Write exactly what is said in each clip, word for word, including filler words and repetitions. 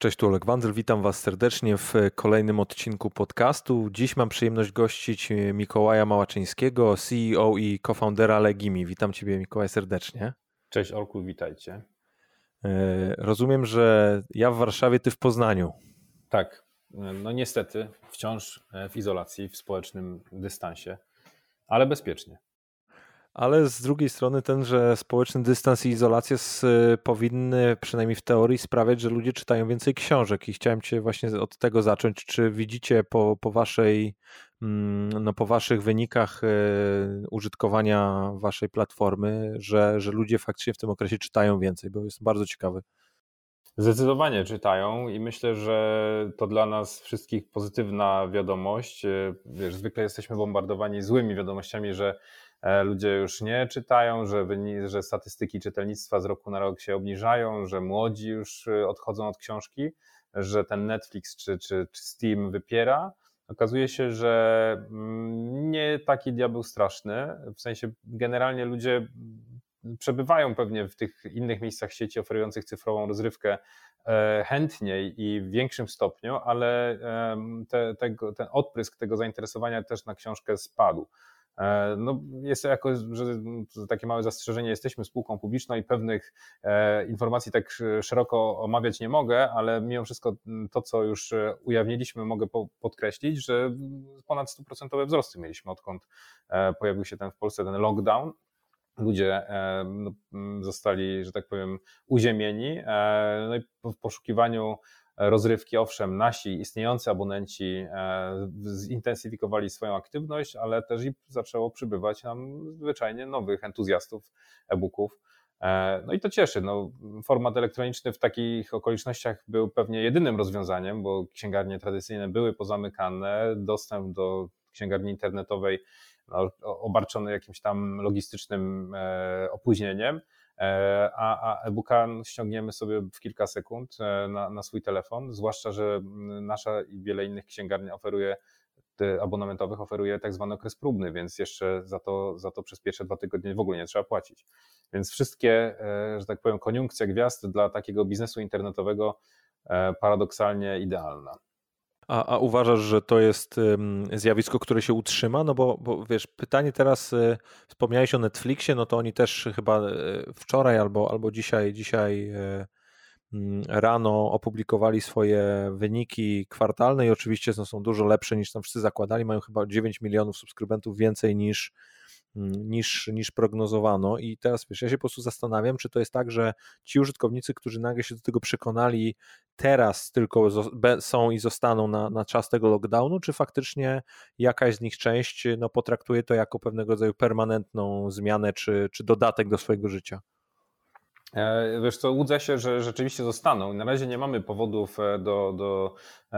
Cześć, tu Olek Wandel, witam Was serdecznie w kolejnym odcinku podcastu. Dziś mam przyjemność gościć Mikołaja Małaczyńskiego, C E O i co-foundera Legimi. Witam Ciebie, Mikołaj, serdecznie. Cześć Olku, witajcie. Rozumiem, że ja w Warszawie, Ty w Poznaniu. Tak, no niestety wciąż w izolacji, w społecznym dystansie, ale bezpiecznie. Ale z drugiej strony tenże społeczny dystans i izolacja powinny przynajmniej w teorii sprawiać, że ludzie czytają więcej książek i chciałem Cię właśnie od tego zacząć. Czy widzicie po, po, waszej, no po Waszych wynikach użytkowania Waszej platformy, że, że ludzie faktycznie w tym okresie czytają więcej, bo jestem bardzo ciekawy. Zdecydowanie czytają i myślę, że to dla nas wszystkich pozytywna wiadomość. Wiesz, zwykle jesteśmy bombardowani złymi wiadomościami, że ludzie już nie czytają, że, że statystyki czytelnictwa z roku na rok się obniżają, że młodzi już odchodzą od książki, że ten Netflix czy, czy, czy Steam wypiera. Okazuje się, że nie taki diabeł straszny, w sensie generalnie ludzie przebywają pewnie w tych innych miejscach sieci oferujących cyfrową rozrywkę chętniej i w większym stopniu, ale te, tego, ten odprysk tego zainteresowania też na książkę spadł. No jest to jako, że takie małe zastrzeżenie, jesteśmy spółką publiczną i pewnych informacji tak szeroko omawiać nie mogę, ale mimo wszystko to, co już ujawniliśmy, mogę podkreślić, że ponad sto procent wzrosty mieliśmy, odkąd pojawił się ten w Polsce ten lockdown. Ludzie zostali, że tak powiem, uziemieni, no i w poszukiwaniu rozrywki, owszem, nasi istniejący abonenci zintensyfikowali swoją aktywność, ale też i zaczęło przybywać nam zwyczajnie nowych entuzjastów e-booków. No i to cieszy. No, format elektroniczny w takich okolicznościach był pewnie jedynym rozwiązaniem, bo księgarnie tradycyjne były pozamykane, dostęp do księgarni internetowej obarczony jakimś tam logistycznym opóźnieniem, a, a e-booka ściągniemy sobie w kilka sekund na, na swój telefon, zwłaszcza, że nasza i wiele innych księgarni oferuje, abonamentowych oferuje tak zwany okres próbny, więc jeszcze za to, za to przez pierwsze dwa tygodnie w ogóle nie trzeba płacić. Więc wszystkie, że tak powiem, koniunkcja gwiazd dla takiego biznesu internetowego paradoksalnie idealna. A, a uważasz, że to jest um, zjawisko, które się utrzyma? No bo, bo wiesz, pytanie teraz, y, wspomniałeś o Netflixie, no to oni też chyba y, wczoraj albo, albo dzisiaj, dzisiaj y, y, rano opublikowali swoje wyniki kwartalne i oczywiście no, są dużo lepsze niż tam wszyscy zakładali, mają chyba dziewięć milionów subskrybentów więcej niż niż, niż prognozowano i teraz wiesz, ja się po prostu zastanawiam, czy to jest tak, że ci użytkownicy, którzy nagle się do tego przekonali, teraz tylko są i zostaną na, na czas tego lockdownu, czy faktycznie jakaś z nich część no, potraktuje to jako pewnego rodzaju permanentną zmianę, czy, czy dodatek do swojego życia? Wiesz co, łudzę się, że rzeczywiście zostaną. Na razie nie mamy powodów do, do,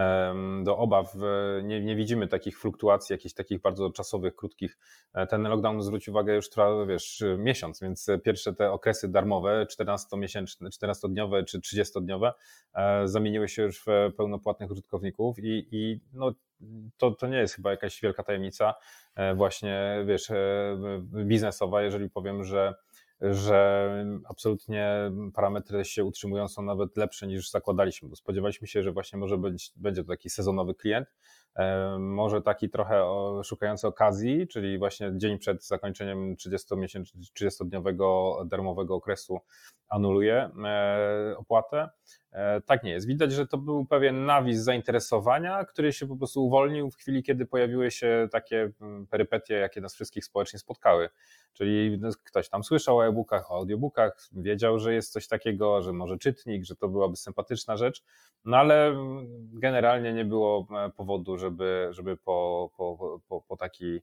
do obaw, nie, nie widzimy takich fluktuacji, jakichś takich bardzo czasowych, krótkich. Ten lockdown, zwróć uwagę, już trwa, wiesz, miesiąc, więc pierwsze te okresy darmowe, czternastomiesięczne, czternastodniowe czy trzydziestodniowe zamieniły się już w pełnopłatnych użytkowników i, i no, to, to nie jest chyba jakaś wielka tajemnica właśnie, wiesz, biznesowa, jeżeli powiem, że że absolutnie parametry się utrzymują, są nawet lepsze niż zakładaliśmy, bo spodziewaliśmy się, że właśnie może być, będzie to taki sezonowy klient, może taki trochę szukający okazji, czyli właśnie dzień przed zakończeniem trzydziestodniowego darmowego okresu anuluje opłatę. Tak nie jest. Widać, że to był pewien nawis zainteresowania, który się po prostu uwolnił w chwili, kiedy pojawiły się takie perypetie, jakie nas wszystkich społecznie spotkały. Czyli ktoś tam słyszał o e-bookach, o audiobookach, wiedział, że jest coś takiego, że może czytnik, że to byłaby sympatyczna rzecz, no ale generalnie nie było powodu, żeby, żeby po, po, po, po, taki,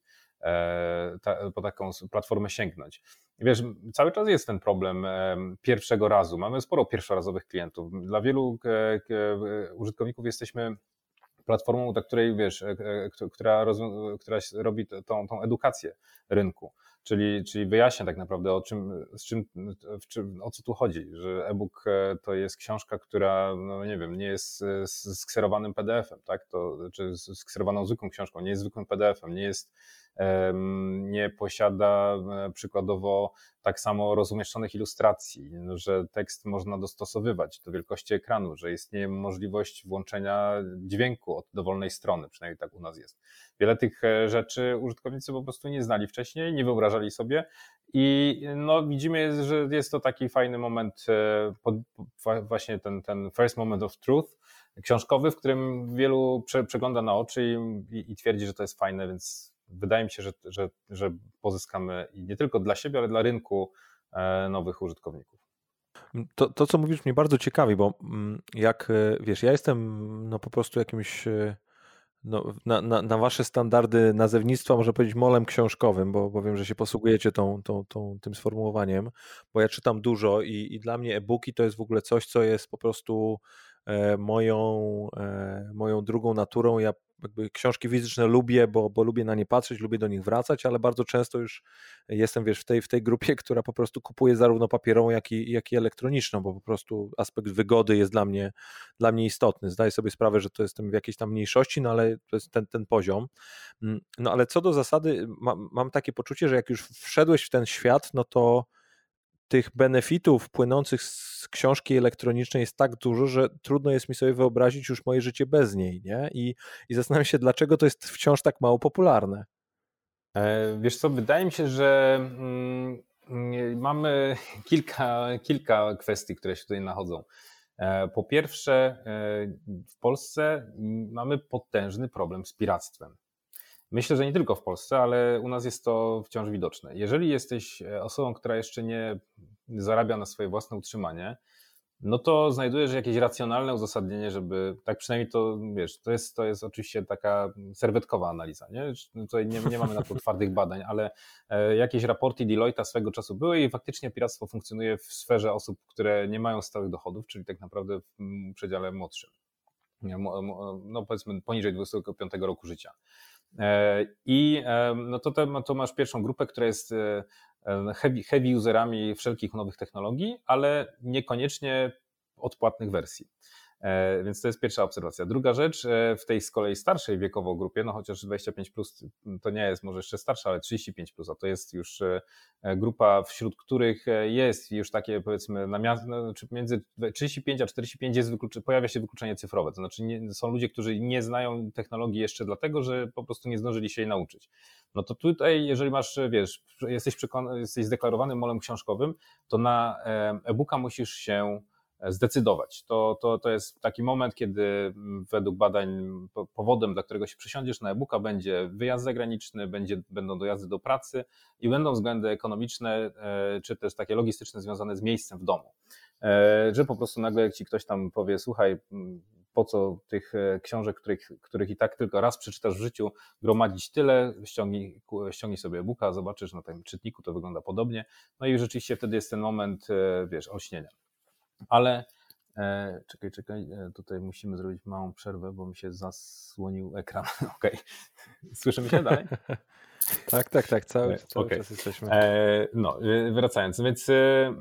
po taką platformę sięgnąć. Wiesz, cały czas jest ten problem pierwszego razu. Mamy sporo pierwszorazowych klientów. Dla wielu użytkowników jesteśmy platformą, dla której, wiesz, która, która robi tą, tą edukację rynku. Czyli, czyli wyjaśnia tak naprawdę o czym, z czym, w czym, o co tu chodzi, że e-book to jest książka, która, no nie wiem, nie jest skserowanym P D F-em, tak, to, czy skserowaną zwykłą książką, nie jest zwykłym P D F-em, nie jest nie posiada przykładowo tak samo rozumieszczonych ilustracji, że tekst można dostosowywać do wielkości ekranu, że istnieje możliwość włączenia dźwięku od dowolnej strony, przynajmniej tak u nas jest. Wiele tych rzeczy użytkownicy po prostu nie znali wcześniej, nie wyobrażali sobie i no, widzimy, że jest to taki fajny moment, właśnie ten, ten first moment of truth książkowy, w którym wielu prze, przegląda na oczy i, i, i twierdzi, że to jest fajne, więc wydaje mi się, że, że, że pozyskamy i nie tylko dla siebie, ale dla rynku nowych użytkowników. To, to, co mówisz, mnie bardzo ciekawi, bo jak wiesz, ja jestem no po prostu jakimś no, na, na, na wasze standardy nazewnictwa, można powiedzieć, molem książkowym, bo, bo wiem, że się posługujecie tą, tą, tą, tym sformułowaniem, bo ja czytam dużo i, i dla mnie e-booki to jest w ogóle coś, co jest po prostu e, moją, e, moją drugą naturą. Ja jakby książki fizyczne lubię, bo, bo lubię na nie patrzeć, lubię do nich wracać, ale bardzo często już jestem, wiesz, w tej, w tej grupie, która po prostu kupuje zarówno papierową, jak i, jak i elektroniczną, bo po prostu aspekt wygody jest dla mnie, dla mnie istotny. Zdaję sobie sprawę, że to jestem w jakiejś tam mniejszości, no ale to jest ten, ten poziom. No ale co do zasady, mam, mam takie poczucie, że jak już wszedłeś w ten świat, no to tych benefitów płynących z książki elektronicznej jest tak dużo, że trudno jest mi sobie wyobrazić już moje życie bez niej, nie? I, i zastanawiam się, dlaczego to jest wciąż tak mało popularne. Wiesz co, wydaje mi się, że mm, mamy kilka, kilka kwestii, które się tutaj nachodzą. Po pierwsze, w Polsce mamy potężny problem z piractwem. Myślę, że nie tylko w Polsce, ale u nas jest to wciąż widoczne. Jeżeli jesteś osobą, która jeszcze nie zarabia na swoje własne utrzymanie, no to znajdujesz jakieś racjonalne uzasadnienie, żeby, tak przynajmniej to, wiesz, to jest, to jest oczywiście taka serwetkowa analiza, nie? Tutaj nie, nie mamy na to twardych badań, ale jakieś raporty Deloitte'a swego czasu były i faktycznie piractwo funkcjonuje w sferze osób, które nie mają stałych dochodów, czyli tak naprawdę w przedziale młodszym, no powiedzmy poniżej dwudziestego piątego roku życia. I no to, te, to masz pierwszą grupę, która jest heavy, heavy userami wszelkich nowych technologii, ale niekoniecznie odpłatnych wersji. Więc to jest pierwsza obserwacja. Druga rzecz, w tej z kolei starszej wiekowo grupie, no chociaż dwadzieścia pięć plus to nie jest może jeszcze starsza, ale trzydzieści pięć plus, a to jest już grupa, wśród których jest już takie powiedzmy na czy między trzydzieści pięć a czterdzieści pięć jest wyklucze, pojawia się wykluczenie cyfrowe, to znaczy nie, są ludzie, którzy nie znają technologii jeszcze dlatego, że po prostu nie zdążyli się jej nauczyć. No to tutaj, jeżeli masz, wiesz, jesteś przekonany, jesteś zdeklarowanym molem książkowym, to na e-booka musisz się zdecydować. To, to, to jest taki moment, kiedy według badań powodem, dla którego się przesiądziesz na e-booka, będzie wyjazd zagraniczny, będzie, będą dojazdy do pracy i będą względy ekonomiczne, czy też takie logistyczne związane z miejscem w domu. Że po prostu nagle jak ci ktoś tam powie, słuchaj, po co tych książek, których, których i tak tylko raz przeczytasz w życiu, gromadzić tyle, ściągnij, ściągnij sobie e-booka, zobaczysz na tym czytniku, to wygląda podobnie. No i rzeczywiście wtedy jest ten moment, wiesz, olśnienia. Ale e, czekaj, czekaj, tutaj musimy zrobić małą przerwę, bo mi się zasłonił ekran. Okej, okay. Słyszymy się dalej? Tak, tak, tak, cały, cały okay. czas jesteśmy. E, no, wracając, więc e,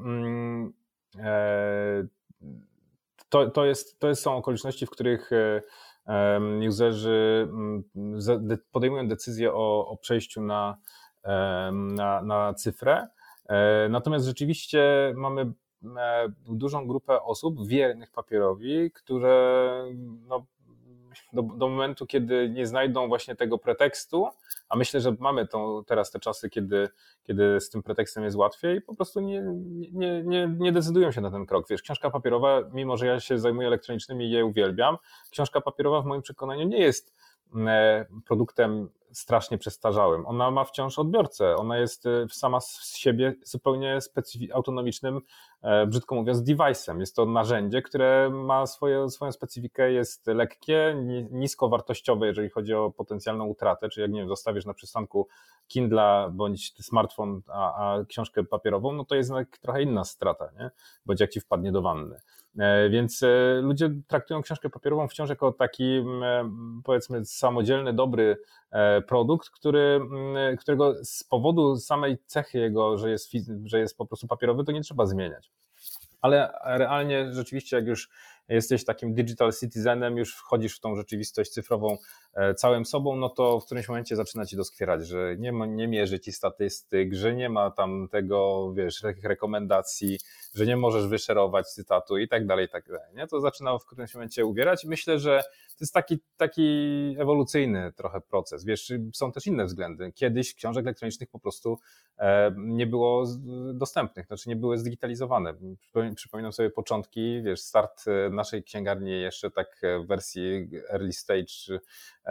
to, to, jest, to jest, są okoliczności, w których userzy podejmują decyzję o, o przejściu na, na, na cyfrę. Natomiast rzeczywiście mamy dużą grupę osób wiernych papierowi, które no, do, do momentu, kiedy nie znajdą właśnie tego pretekstu, a myślę, że mamy tą, teraz te czasy, kiedy, kiedy z tym pretekstem jest łatwiej, po prostu nie, nie, nie, nie decydują się na ten krok. Wiesz, książka papierowa, mimo że ja się zajmuję elektronicznymi i je uwielbiam, książka papierowa w moim przekonaniu nie jest produktem strasznie przestarzałym. Ona ma wciąż odbiorcę, ona jest sama z siebie zupełnie specyfi- autonomicznym, brzydko mówiąc, device'em. Jest to narzędzie, które ma swoje, swoją specyfikę, jest lekkie, niskowartościowe, jeżeli chodzi o potencjalną utratę, czyli jak nie wiem, zostawisz na przystanku Kindla bądź smartfon, a, a książkę papierową, no to jest trochę inna strata, nie? Bądź jak ci wpadnie do wanny. Więc ludzie traktują książkę papierową wciąż jako taki, powiedzmy, samodzielny, dobry produkt, który, którego z powodu samej cechy jego, że jest, że jest po prostu papierowy, to nie trzeba zmieniać. Ale realnie rzeczywiście jak już jesteś takim digital citizenem, już wchodzisz w tą rzeczywistość cyfrową całym sobą, no to w którymś momencie zaczyna ci doskwierać, że nie, ma, nie mierzy ci statystyk, że nie ma tam tego, wiesz, rekomendacji, że nie możesz wyszerować cytatu i tak dalej, i tak dalej. Nie? To zaczyna w którymś momencie uwierać i myślę, że to jest taki, taki ewolucyjny trochę proces. Wiesz, są też inne względy. Kiedyś książek elektronicznych po prostu nie było dostępnych, znaczy nie były zdigitalizowane. Przypominam sobie początki, wiesz, start naszej księgarni jeszcze tak w wersji early stage,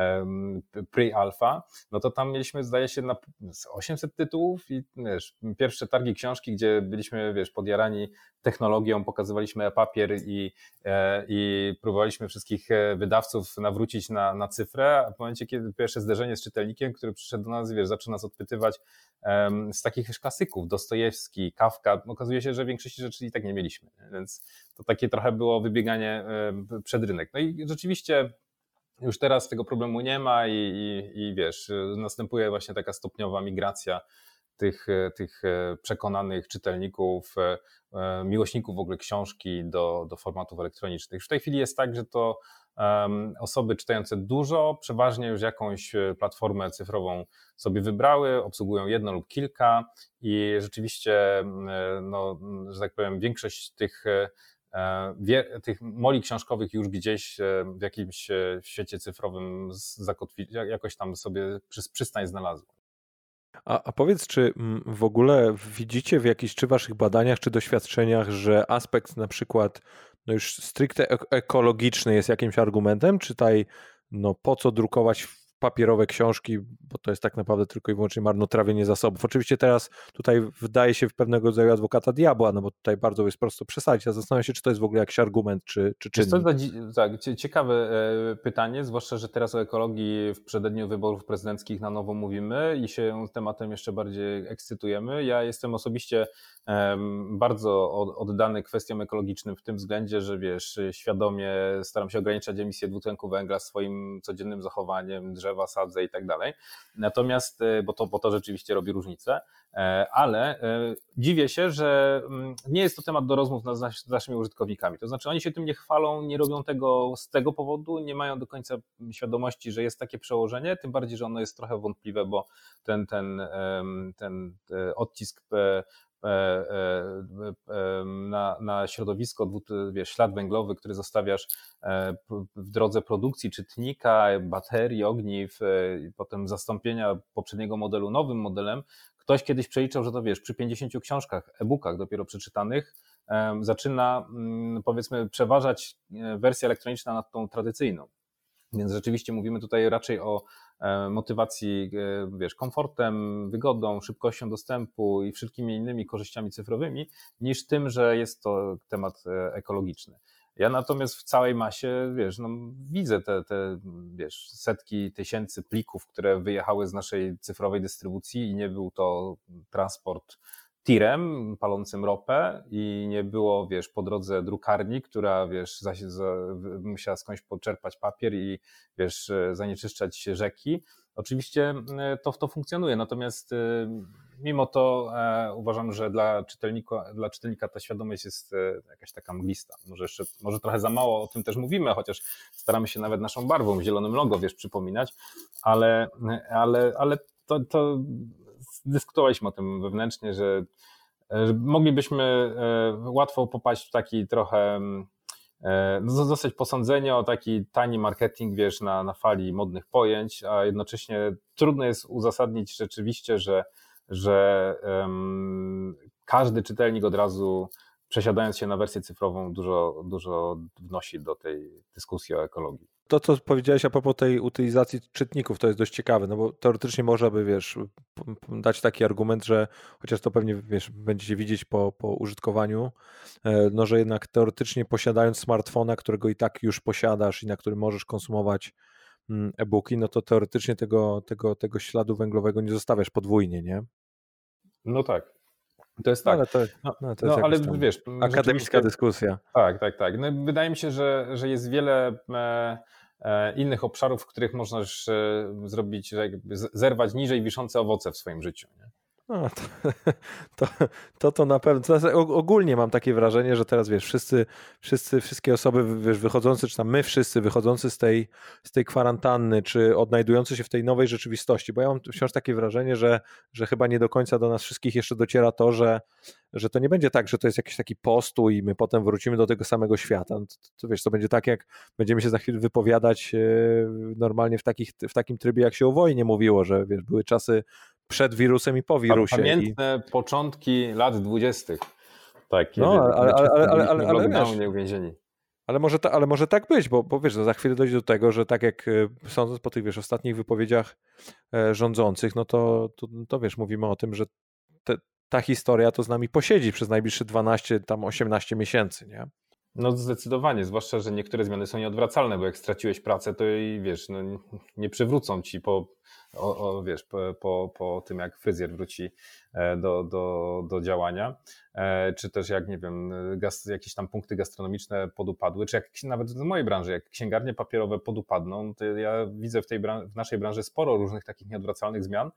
pre-alpha, no to tam mieliśmy, zdaje się, na osiemset tytułów i wiesz, pierwsze targi książki, gdzie byliśmy, wiesz, podjarani technologią, pokazywaliśmy e-papier i, i próbowaliśmy wszystkich wydawców nawrócić na, na cyfrę, a w momencie, kiedy pierwsze zderzenie z czytelnikiem, który przyszedł do nas, wiesz, zaczyna nas odpytywać um, z takich już klasyków, Dostojewski, Kafka, okazuje się, że większości rzeczy i tak nie mieliśmy, nie? Więc to takie trochę było wybieganie um, przed rynek. No i rzeczywiście już teraz tego problemu nie ma i, i, i wiesz, następuje właśnie taka stopniowa migracja tych, tych przekonanych czytelników, miłośników w ogóle książki do, do formatów elektronicznych. Już w tej chwili jest tak, że to um, osoby czytające dużo, przeważnie już jakąś platformę cyfrową sobie wybrały, obsługują jedno lub kilka i rzeczywiście, no, że tak powiem, większość tych Wie, tych moli książkowych już gdzieś w jakimś świecie cyfrowym zakotwi, jakoś tam sobie przystań znalazło. A, a powiedz, czy w ogóle widzicie w jakichś, czy waszych badaniach, czy doświadczeniach, że aspekt na przykład no już stricte ekologiczny jest jakimś argumentem, czy tutaj no po co drukować papierowe książki, bo to jest tak naprawdę tylko i wyłącznie marnotrawienie zasobów. Oczywiście teraz tutaj wdaje się w pewnego rodzaju adwokata diabła, no bo tutaj bardzo jest prosto przesadzić. Ja zastanawiam się, czy to jest w ogóle jakiś argument, czy, czy czynnik. To tak, ciekawe pytanie, zwłaszcza, że teraz o ekologii w przededniu wyborów prezydenckich na nowo mówimy i się tematem jeszcze bardziej ekscytujemy. Ja jestem osobiście bardzo oddany kwestiom ekologicznym w tym względzie, że wiesz, świadomie staram się ograniczać emisję dwutlenku węgla swoim codziennym zachowaniem, drzewa sadzę i tak dalej. Natomiast, bo to, bo to rzeczywiście robi różnicę, ale dziwię się, że nie jest to temat do rozmów z naszymi użytkownikami. To znaczy oni się tym nie chwalą, nie robią tego z tego powodu, nie mają do końca świadomości, że jest takie przełożenie, tym bardziej, że ono jest trochę wątpliwe, bo ten, ten, ten odcisk na, na środowisko, wiesz, ślad węglowy, który zostawiasz w drodze produkcji czytnika, baterii, ogniw, potem zastąpienia poprzedniego modelu nowym modelem. Ktoś kiedyś przeliczał, że to wiesz, przy pięćdziesięciu książkach, e-bookach dopiero przeczytanych, zaczyna, powiedzmy, przeważać wersja elektroniczna nad tą tradycyjną. Więc rzeczywiście mówimy tutaj raczej o motywacji, wiesz, komfortem, wygodą, szybkością dostępu i wszystkimi innymi korzyściami cyfrowymi, niż tym, że jest to temat ekologiczny. Ja natomiast w całej masie, wiesz, no, widzę te, te wiesz, setki tysięcy plików, które wyjechały z naszej cyfrowej dystrybucji i nie był to transport tirem palącym ropę i nie było, wiesz, po drodze drukarni, która, wiesz, za, za, musiała skądś poczerpać papier i, wiesz, zanieczyszczać rzeki. Oczywiście to, to funkcjonuje, natomiast mimo to e, uważam, że dla czytelnika, dla czytelnika ta świadomość jest e, jakaś taka mglista. Może jeszcze, może trochę za mało o tym też mówimy, chociaż staramy się nawet naszą barwą, zielonym logo, wiesz, przypominać, ale, ale, ale to, to dyskutowaliśmy o tym wewnętrznie, że, że moglibyśmy e, łatwo popaść w taki trochę no, zostać posądzenie o taki tani marketing, wiesz, na, na fali modnych pojęć, a jednocześnie trudno jest uzasadnić rzeczywiście, że, że um, każdy czytelnik od razu, przesiadając się na wersję cyfrową, dużo, dużo wnosi do tej dyskusji o ekologii. To, co powiedziałeś a propos tej utylizacji czytników, to jest dość ciekawe, no bo teoretycznie można by, wiesz, dać taki argument, że chociaż to pewnie, wiesz, będziecie widzieć po, po użytkowaniu, no że jednak teoretycznie posiadając smartfona, którego i tak już posiadasz i na którym możesz konsumować e-booki, no to teoretycznie tego, tego, tego śladu węglowego nie zostawiasz podwójnie, nie? No tak. To jest tak. No, ale to, no, no, to no, jest ale wiesz, akademicka dyskusja. Tak, tak, tak. No, wydaje mi się, że, że jest wiele e, e, innych obszarów, w których można już e, zrobić, jakby zerwać niżej wiszące owoce w swoim życiu. Nie? No, to, to, to, to na pewno. To znaczy, ogólnie mam takie wrażenie, że teraz wiesz, wszyscy, wszyscy, wszystkie osoby wiesz, wychodzące, czy tam my wszyscy wychodzący z tej, z tej kwarantanny, czy odnajdujący się w tej nowej rzeczywistości, bo ja mam wciąż takie wrażenie, że, że chyba nie do końca do nas wszystkich jeszcze dociera to, że, że to nie będzie tak, że to jest jakiś taki postój i my potem wrócimy do tego samego świata. No to, to wiesz, to będzie tak, jak będziemy się za chwilę wypowiadać normalnie w, takich, w takim trybie, jak się o wojnie mówiło, że wiesz, były czasy przed wirusem i po wirusie. Pamiętne i... początki lat dwudziestych. Tak, kiedy no, ale, ale, ale, ale, ale, w lockdownie wiesz, uwięzieni. Ale może, ta, ale może tak być, bo, bo wiesz, za chwilę dojdzie do tego, że tak jak sądząc po tych wiesz, ostatnich wypowiedziach rządzących, no to, to, to wiesz, mówimy o tym, że te, ta historia to z nami posiedzi przez najbliższe dwanaście, tam osiemnaście miesięcy, nie? No zdecydowanie, zwłaszcza, że niektóre zmiany są nieodwracalne, bo jak straciłeś pracę, to i wiesz, no, nie przywrócą ci po, o, o, wiesz, po, po, po tym, jak fryzjer wróci do, do, do działania, czy też jak, nie wiem, gaz, jakieś tam punkty gastronomiczne podupadły, czy jak nawet w mojej branży, jak księgarnie papierowe podupadną, to ja widzę w, tej, w naszej branży sporo różnych takich nieodwracalnych zmian,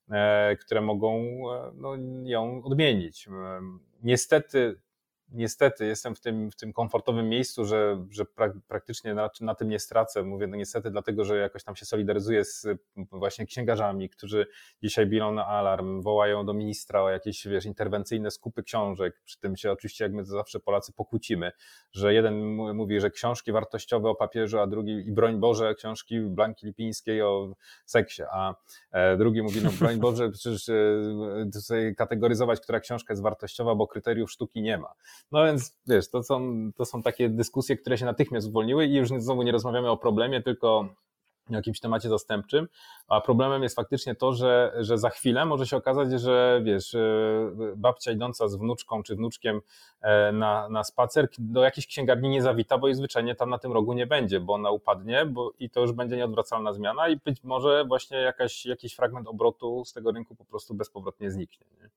które mogą no, ją odmienić. Niestety Niestety jestem w tym, w tym komfortowym miejscu, że, że pra, praktycznie na, na tym nie stracę. Mówię no niestety dlatego, że jakoś tam się solidaryzuję z właśnie księgarzami, którzy dzisiaj biją na alarm, wołają do ministra o jakieś wiesz, interwencyjne skupy książek. Przy tym się oczywiście jak my zawsze Polacy pokłócimy, że jeden mówi, że książki wartościowe o papieżu, a drugi i broń Boże książki Blanki Lipińskiej o seksie, a drugi mówi no broń Boże przecież tutaj kategoryzować, która książka jest wartościowa, bo kryteriów sztuki nie ma. No więc wiesz, to są, to są takie dyskusje, które się natychmiast uwolniły i już znowu nie rozmawiamy o problemie, tylko o jakimś temacie zastępczym, a problemem jest faktycznie to, że, że za chwilę może się okazać, że wiesz, babcia idąca z wnuczką czy wnuczkiem na, na spacer do jakiejś księgarni nie zawita, bo jej zwyczajnie tam na tym rogu nie będzie, bo ona upadnie bo, i to już będzie nieodwracalna zmiana i być może właśnie jakaś, jakiś fragment obrotu z tego rynku po prostu bezpowrotnie zniknie. Nie?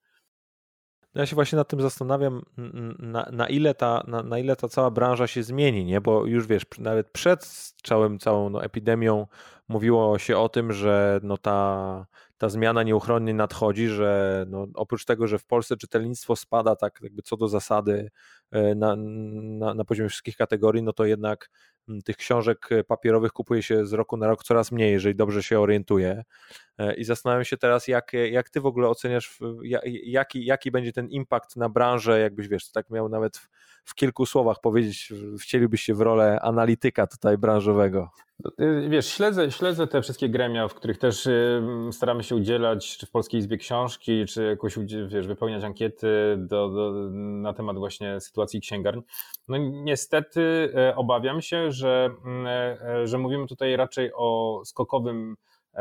Ja się właśnie nad tym zastanawiam, na, na, ile ta, na, na ile ta cała branża się zmieni, nie? Bo już wiesz, nawet przed całym, całą no, epidemią mówiło się o tym, że no, ta, ta zmiana nieuchronnie nadchodzi, że no, oprócz tego, że w Polsce czytelnictwo spada tak jakby co do zasady na, na, na poziomie wszystkich kategorii, no to jednak tych książek papierowych kupuje się z roku na rok coraz mniej, jeżeli dobrze się orientuję. I zastanawiam się teraz, jak, jak ty w ogóle oceniasz, jaki, jaki będzie ten impact na branżę, jakbyś wiesz, tak miał nawet w, w kilku słowach powiedzieć, wcieliłbyś się w rolę analityka tutaj branżowego. Wiesz, śledzę, śledzę te wszystkie gremia, w których też staramy się udzielać, czy w Polskiej Izbie Książki, czy jakoś wiesz, wypełniać ankiety do, do, na temat właśnie sytuacji księgarni. No niestety obawiam się, że, że mówimy tutaj raczej o skokowym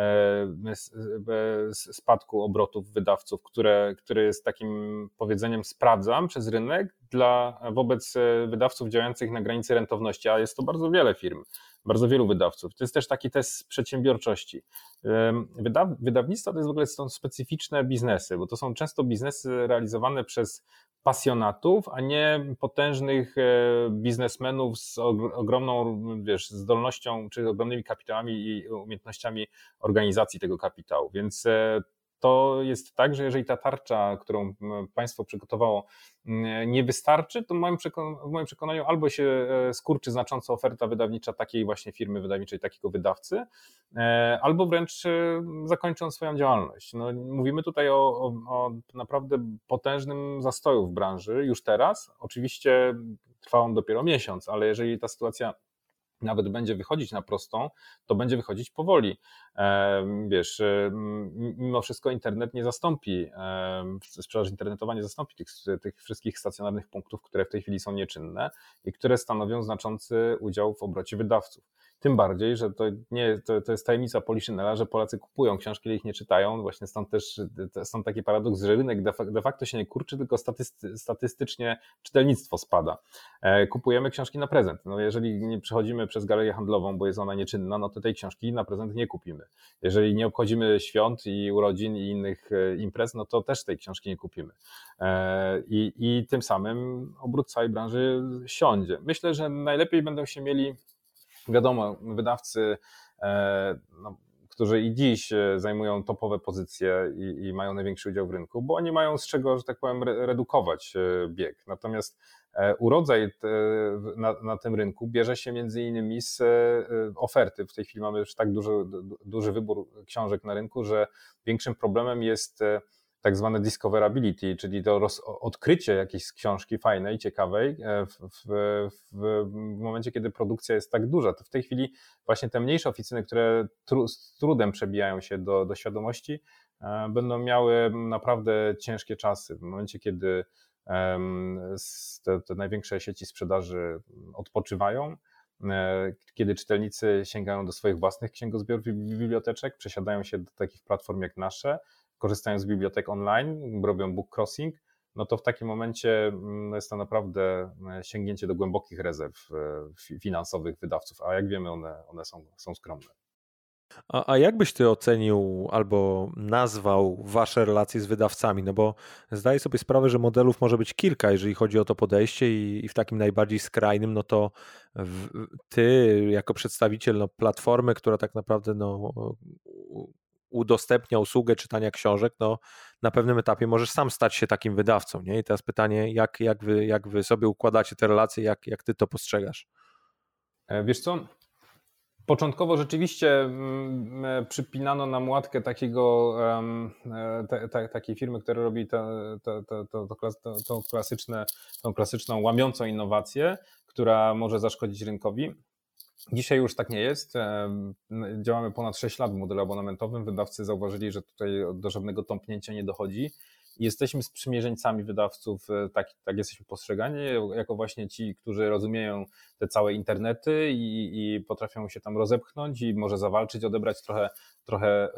spadku obrotów wydawców, które, które jest takim powiedzeniem sprawdzam przez rynek dla wobec wydawców działających na granicy rentowności, a jest to bardzo wiele firm, bardzo wielu wydawców. To jest też taki test przedsiębiorczości. Wyda, wydawnictwa to jest w ogóle są specyficzne biznesy, bo to są często biznesy realizowane przez pasjonatów, a nie potężnych biznesmenów z ogromną wiesz, zdolnością czy ogromnymi kapitałami i umiejętnościami organizacji tego kapitału. Więc to jest tak, że jeżeli ta tarcza, którą państwo przygotowało, nie wystarczy, to w moim, przekon- w moim przekonaniu albo się skurczy znacząco oferta wydawnicza takiej właśnie firmy wydawniczej, takiego wydawcy, albo wręcz zakończą swoją działalność. No, mówimy tutaj o, o, o naprawdę potężnym zastoju w branży już teraz. Oczywiście trwa on dopiero miesiąc, ale jeżeli ta sytuacja nawet będzie wychodzić na prostą, to będzie wychodzić powoli. Wiesz, mimo wszystko internet nie zastąpi, sprzedaż internetowa nie zastąpi tych, tych wszystkich stacjonarnych punktów, które w tej chwili są nieczynne i które stanowią znaczący udział w obrocie wydawców. Tym bardziej, że to nie, to, to jest tajemnica Poliszynela, że Polacy kupują książki, ale ich nie czytają. Właśnie stąd też stąd taki paradoks, że rynek de facto się nie kurczy, tylko statysty, statystycznie czytelnictwo spada. Kupujemy książki na prezent. No jeżeli nie przechodzimy przez galerię handlową, bo jest ona nieczynna, no to tej książki na prezent nie kupimy. Jeżeli nie obchodzimy świąt i urodzin i innych imprez, no to też tej książki nie kupimy. I, i tym samym obrót całej branży siądzie. Myślę, że najlepiej będą się mieli, wiadomo, wydawcy, no, którzy i dziś zajmują topowe pozycje i, i mają największy udział w rynku, bo oni mają z czego, że tak powiem, redukować bieg. Natomiast urodzaj na, na tym rynku bierze się między innymi z oferty. W tej chwili mamy już tak duży, duży wybór książek na rynku, że większym problemem jest tak zwane discoverability, czyli to roz, odkrycie jakiejś książki fajnej, ciekawej w, w, w momencie, kiedy produkcja jest tak duża. To w tej chwili właśnie te mniejsze oficyny, które tru, z trudem przebijają się do, do świadomości, będą miały naprawdę ciężkie czasy. W momencie, kiedy te, te największe sieci sprzedaży odpoczywają, kiedy czytelnicy sięgają do swoich własnych księgozbiorów i biblioteczek, przesiadają się do takich platform jak nasze, korzystają z bibliotek online, robią book crossing, no to w takim momencie jest to naprawdę sięgnięcie do głębokich rezerw finansowych wydawców, a jak wiemy, one, one są, są skromne. A, a jak byś ty ocenił albo nazwał wasze relacje z wydawcami? No bo zdaję sobie sprawę, że modelów może być kilka, jeżeli chodzi o to podejście i, i w takim najbardziej skrajnym, no to w, ty jako przedstawiciel no, platformy, która tak naprawdę no, udostępnia usługę czytania książek, no na pewnym etapie możesz sam stać się takim wydawcą, nie? I teraz pytanie, jak, jak, wy, jak wy sobie układacie te relacje, jak, jak ty to postrzegasz? Wiesz co? Początkowo rzeczywiście przypinano nam łatkę takiego, te, te, takiej firmy, która robi to, to, to, to, to, to klasyczne, tą klasyczną łamiącą innowację, która może zaszkodzić rynkowi. Dzisiaj już tak nie jest. Działamy ponad sześć lat w modelu abonamentowym. Wydawcy zauważyli, że tutaj do żadnego tąpnięcia nie dochodzi. Jesteśmy sprzymierzeńcami wydawców, tak, tak jesteśmy postrzegani, jako właśnie ci, którzy rozumieją te całe internety i, i potrafią się tam rozepchnąć i może zawalczyć, odebrać trochę, trochę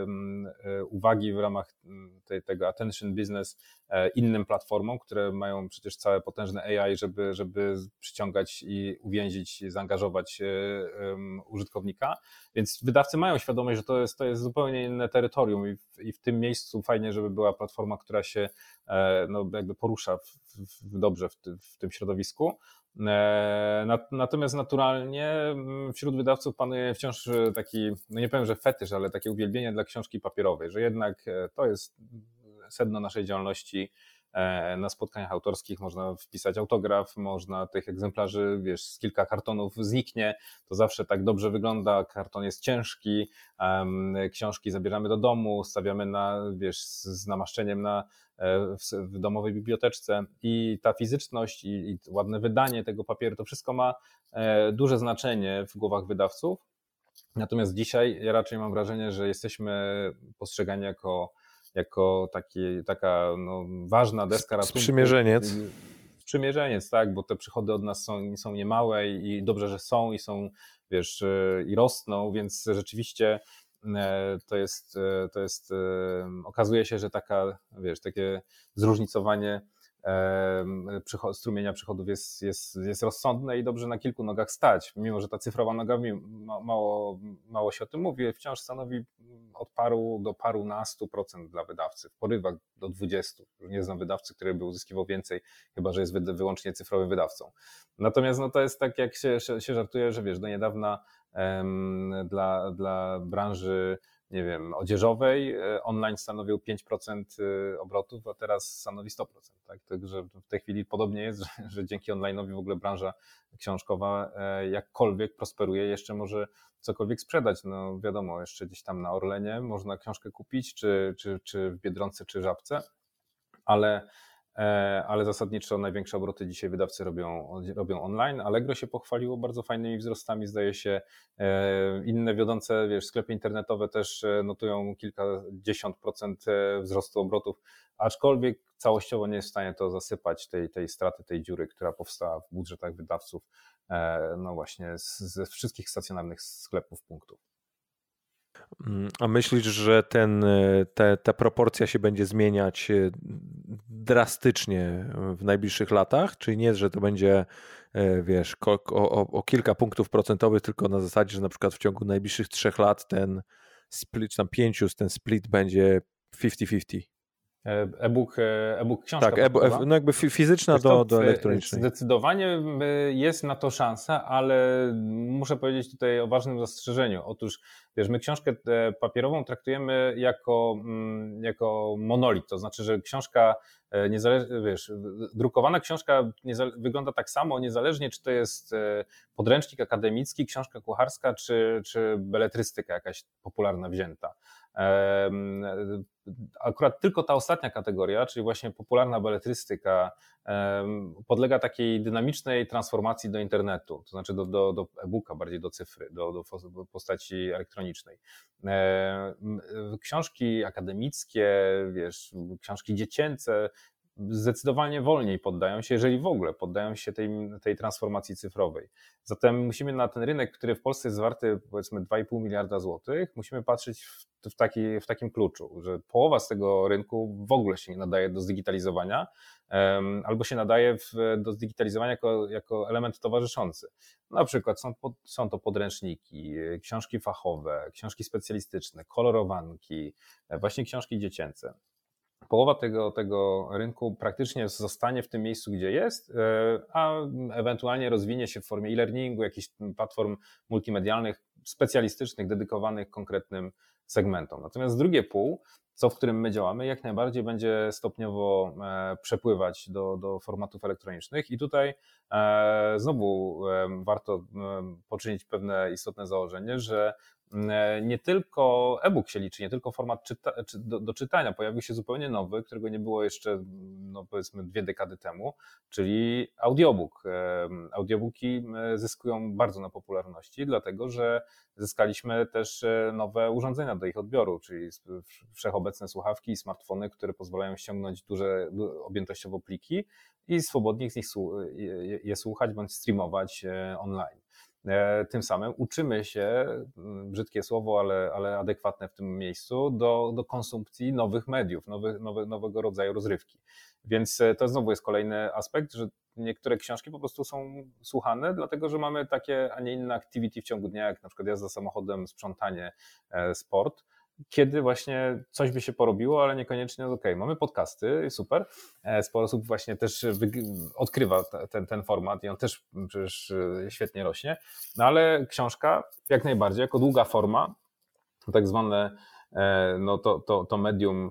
e, uwagi w ramach tej, tego attention business innym platformom, które mają przecież całe potężne A I, żeby, żeby przyciągać i uwięzić, zaangażować użytkownika. Więc wydawcy mają świadomość, że to jest, to jest zupełnie inne terytorium i w, i w tym miejscu fajnie, żeby była platforma, która się no, jakby porusza w, w, dobrze w, w tym środowisku. Natomiast naturalnie wśród wydawców panuje wciąż taki, no nie powiem, że fetysz, ale takie uwielbienie dla książki papierowej, że jednak to jest sedno naszej działalności. Na spotkaniach autorskich można wpisać autograf, można tych egzemplarzy, wiesz, z kilka kartonów zniknie, to zawsze tak dobrze wygląda, karton jest ciężki, książki zabieramy do domu, stawiamy na, wiesz, z namaszczeniem na, w, w domowej biblioteczce i ta fizyczność i, i ładne wydanie tego papieru, to wszystko ma duże znaczenie w głowach wydawców, natomiast dzisiaj ja raczej mam wrażenie, że jesteśmy postrzegani jako jako taki, taka no, ważna deska ratunku. Sprzymierzeniec. Sprzymierzeniec, tak, bo te przychody od nas są, są niemałe i dobrze, że są i są, wiesz, i rosną, więc rzeczywiście to jest, to jest, okazuje się, że taka, wiesz, takie zróżnicowanie strumienia przychodów jest, jest, jest rozsądne i dobrze na kilku nogach stać, mimo że ta cyfrowa noga mało, mało się o tym mówi, wciąż stanowi od paru do parunastu procent dla wydawcy, w porywach do dwudziestu. Nie znam wydawcy, który by uzyskiwał więcej, chyba że jest wy, wyłącznie cyfrowym wydawcą. Natomiast no, to jest tak, jak się, się żartuje, że wiesz, do niedawna um, dla, dla branży nie wiem, odzieżowej online stanowił pięć procent obrotów, a teraz stanowi sto procent. Tak? Także w tej chwili podobnie jest, że, że dzięki online'owi w ogóle branża książkowa jakkolwiek prosperuje, jeszcze może cokolwiek sprzedać. No wiadomo, jeszcze gdzieś tam na Orlenie można książkę kupić, czy, czy, czy w Biedronce, czy Żabce, ale ale zasadniczo największe obroty dzisiaj wydawcy robią, robią online. Allegro się pochwaliło bardzo fajnymi wzrostami, zdaje się inne wiodące, wiesz, sklepy internetowe też notują kilkadziesiąt procent wzrostu obrotów, aczkolwiek całościowo nie jest w stanie to zasypać tej, tej straty, tej dziury, która powstała w budżetach wydawców, no właśnie ze wszystkich stacjonarnych sklepów, punktów. A myślisz, że ten, te, ta proporcja się będzie zmieniać drastycznie w najbliższych latach? Czyli nie, że to będzie, wiesz, o, o, o kilka punktów procentowych, tylko na zasadzie, że na przykład w ciągu najbliższych trzech lat ten split, czy tam pięciu, ten split będzie pięćdziesiąt pięćdziesiąt? E-book, e-book książka. Tak, e-book, no jakby fizyczna do, do elektronicznej. Zdecydowanie jest na to szansa, ale muszę powiedzieć tutaj o ważnym zastrzeżeniu. Otóż, wiesz, my książkę papierową traktujemy jako, jako monolit, to znaczy, że książka niezależnie, wiesz, drukowana książka wygląda tak samo, niezależnie czy to jest podręcznik akademicki, książka kucharska, czy, czy beletrystyka jakaś popularna wzięta. Akurat tylko ta ostatnia kategoria, czyli właśnie popularna beletrystyka, podlega takiej dynamicznej transformacji do internetu, to znaczy do, do, do e-booka, bardziej do cyfry, do, do postaci elektronicznej. Książki akademickie, wiesz, książki dziecięce zdecydowanie wolniej poddają się, jeżeli w ogóle poddają się tej, tej transformacji cyfrowej. Zatem musimy na ten rynek, który w Polsce jest warty powiedzmy dwa i pół miliarda złotych, musimy patrzeć w, w, taki, w takim kluczu, że połowa z tego rynku w ogóle się nie nadaje do zdigitalizowania, um, albo się nadaje w, do zdigitalizowania jako, jako element towarzyszący. Na przykład są, pod, są to podręczniki, książki fachowe, książki specjalistyczne, kolorowanki, właśnie książki dziecięce. Połowa tego, tego rynku praktycznie zostanie w tym miejscu, gdzie jest, a ewentualnie rozwinie się w formie e-learningu, jakichś platform multimedialnych, specjalistycznych, dedykowanych konkretnym segmentom. Natomiast drugie pół, co w którym my działamy, jak najbardziej będzie stopniowo przepływać do, do formatów elektronicznych i tutaj znowu warto poczynić pewne istotne założenie, że nie tylko e-book się liczy, nie tylko format czyta, czy do, do czytania. Pojawił się zupełnie nowy, którego nie było jeszcze, no powiedzmy, dwie dekady temu, czyli audiobook. Audiobooki zyskują bardzo na popularności, dlatego że zyskaliśmy też nowe urządzenia do ich odbioru, czyli wszechobecne słuchawki i smartfony, które pozwalają ściągnąć duże objętościowo pliki i swobodnie z nich je słuchać bądź streamować online. Tym samym uczymy się, brzydkie słowo, ale, ale adekwatne w tym miejscu, do, do konsumpcji nowych mediów, nowy, nowe, nowego rodzaju rozrywki. Więc to znowu jest kolejny aspekt, że niektóre książki po prostu są słuchane, dlatego że mamy takie, a nie inne activity w ciągu dnia, jak na przykład jazda samochodem, sprzątanie, sport, kiedy właśnie coś by się porobiło, ale niekoniecznie, okej, okay, mamy podcasty, super, sporo osób właśnie też odkrywa ten, ten format i on też przecież świetnie rośnie, no ale książka jak najbardziej, jako długa forma, tak zwane no to, to, to medium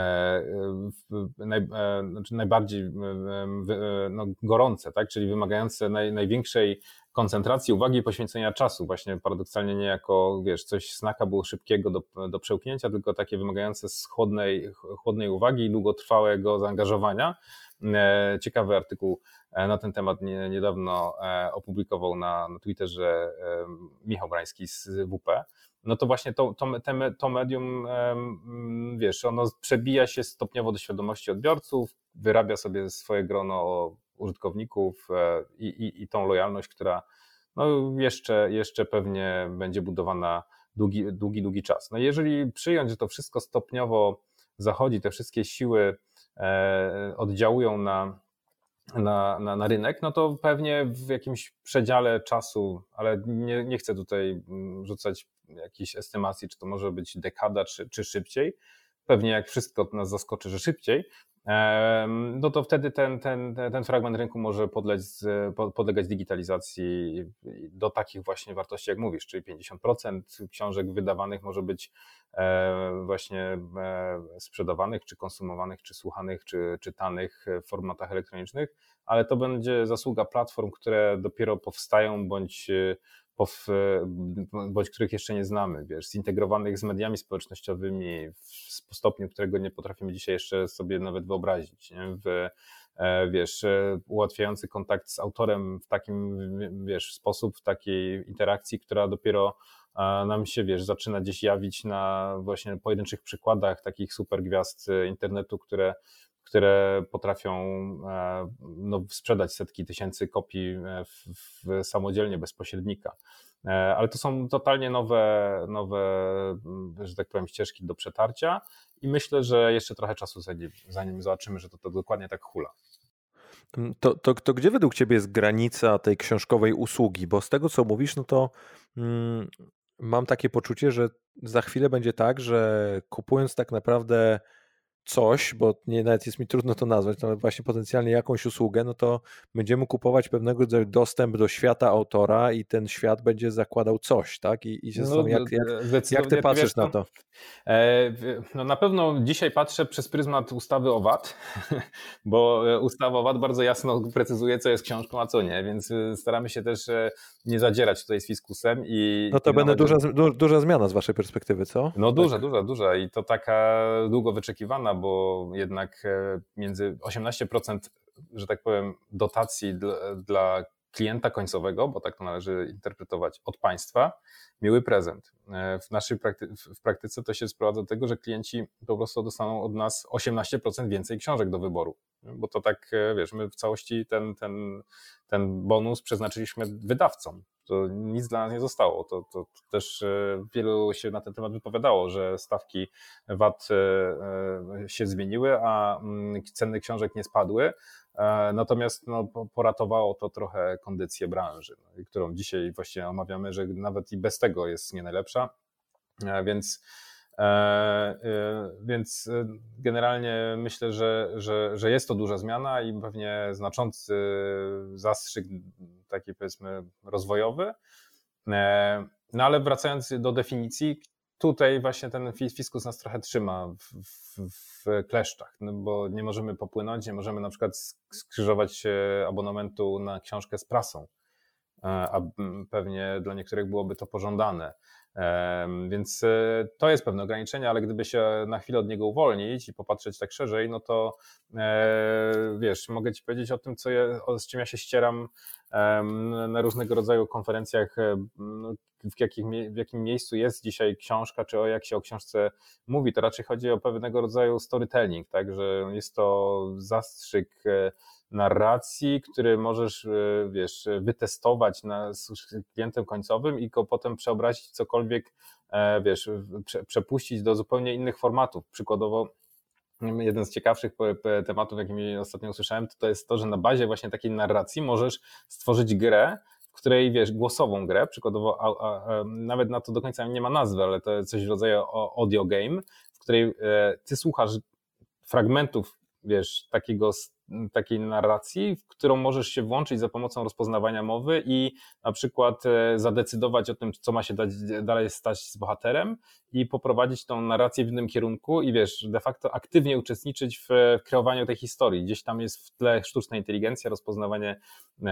naj, znaczy najbardziej no, gorące, tak? Czyli wymagające naj, największej koncentracji, uwagi i poświęcenia czasu, właśnie paradoksalnie nie jako, wiesz, coś snacka było szybkiego do, do przełknięcia, tylko takie wymagające z chłodnej, chłodnej uwagi i długotrwałego zaangażowania. Ciekawy artykuł na ten temat niedawno opublikował na, na Twitterze Michał Brański z W P. No to właśnie to, to, to medium, wiesz, ono przebija się stopniowo do świadomości odbiorców, wyrabia sobie swoje grono użytkowników i, i, i tą lojalność, która no jeszcze, jeszcze pewnie będzie budowana długi, długi, długi czas. No jeżeli przyjąć, że to wszystko stopniowo zachodzi, te wszystkie siły oddziałują na Na, na, na rynek, no to pewnie w jakimś przedziale czasu, ale nie, nie chcę tutaj rzucać jakichś estymacji, czy to może być dekada, czy, czy szybciej. Pewnie jak wszystko nas zaskoczy, że szybciej, no to wtedy ten, ten, ten fragment rynku może podlegać, podlegać digitalizacji do takich właśnie wartości, jak mówisz, czyli pięćdziesiąt procent książek wydawanych może być właśnie sprzedawanych, czy konsumowanych, czy słuchanych, czy czytanych w formatach elektronicznych, ale to będzie zasługa platform, które dopiero powstają, bądź bądź których jeszcze nie znamy, wiesz, zintegrowanych z mediami społecznościowymi w stopniu, którego nie potrafimy dzisiaj jeszcze sobie nawet wyobrazić, nie? W, wiesz, ułatwiający kontakt z autorem w takim, wiesz, sposób, w takiej interakcji, która dopiero nam się, wiesz, zaczyna gdzieś jawić na właśnie pojedynczych przykładach takich super gwiazd internetu, które które potrafią no, sprzedać setki tysięcy kopii w, w samodzielnie, bez pośrednika. Ale to są totalnie nowe, nowe, że tak powiem, ścieżki do przetarcia i myślę, że jeszcze trochę czasu zanim, zanim zobaczymy, że to, to dokładnie tak hula. To, to, to gdzie według Ciebie jest granica tej książkowej usługi? Bo z tego, co mówisz, no to mm, mam takie poczucie, że za chwilę będzie tak, że kupując tak naprawdę coś, bo nie, nawet jest mi trudno to nazwać, no ale właśnie potencjalnie jakąś usługę, no to będziemy kupować pewnego rodzaju dostęp do świata autora i ten świat będzie zakładał coś, tak? I, i się No, zastanawiam, jak, jak, jak ty zdecydowanie, to patrzysz wiesz, na no, to? e, no na pewno dzisiaj patrzę przez pryzmat ustawy o V A T, bo ustawa o V A T bardzo jasno precyzuje, co jest książką, a co nie, więc staramy się też nie zadzierać tutaj z fiskusem. I No to będzie duża, du, duża zmiana z waszej perspektywy, co? No tak. duża, duża, duża i to taka długo wyczekiwana, bo jednak między osiemnaście procent, że tak powiem, dotacji dla, dla klienta końcowego, bo tak to należy interpretować, od państwa, miły prezent. W naszej prakty- w praktyce to się sprowadza do tego, że klienci po prostu dostaną od nas osiemnaście procent więcej książek do wyboru, bo to tak, wiesz, my w całości ten, ten, ten bonus przeznaczyliśmy wydawcom. To nic dla nas nie zostało. To, to, to też wielu się na ten temat wypowiadało, że stawki V A T się zmieniły, a ceny książek nie spadły. Natomiast no, poratowało to trochę kondycję branży, no, którą dzisiaj właściwie omawiamy, że nawet i bez tego jest nie najlepsza. Więc, więc generalnie myślę, że, że, że jest to duża zmiana i pewnie znaczący zastrzyk taki, powiedzmy, rozwojowy. No ale wracając do definicji, tutaj właśnie ten fiskus nas trochę trzyma w, w, w kleszczach, no bo nie możemy popłynąć, nie możemy na przykład skrzyżować abonamentu na książkę z prasą, a pewnie dla niektórych byłoby to pożądane. Więc to jest pewne ograniczenie, ale gdyby się na chwilę od niego uwolnić i popatrzeć tak szerzej, no to wiesz, mogę ci powiedzieć o tym, co ja, z czym ja się ścieram na różnego rodzaju konferencjach, w, jakich, w jakim miejscu jest dzisiaj książka, czy o jak się o książce mówi, to raczej chodzi o pewnego rodzaju storytelling, tak, że jest to zastrzyk narracji, który możesz, wiesz, wytestować na, z klientem końcowym i go potem przeobrazić w cokolwiek, wiesz, prze, przepuścić do zupełnie innych formatów. Przykładowo jeden z ciekawszych tematów, jakimi ostatnio usłyszałem, to, to jest to, że na bazie właśnie takiej narracji możesz stworzyć grę, w której, wiesz, głosową grę, przykładowo a, a, a, nawet na to do końca nie ma nazwy, ale to jest coś w rodzaju audio game, w której e, ty słuchasz fragmentów, wiesz, takiego takiej narracji, w którą możesz się włączyć za pomocą rozpoznawania mowy i na przykład zadecydować o tym, co ma się dać, dalej stać z bohaterem i poprowadzić tą narrację w innym kierunku i wiesz, de facto aktywnie uczestniczyć w kreowaniu tej historii. Gdzieś tam jest w tle sztuczna inteligencja, rozpoznawanie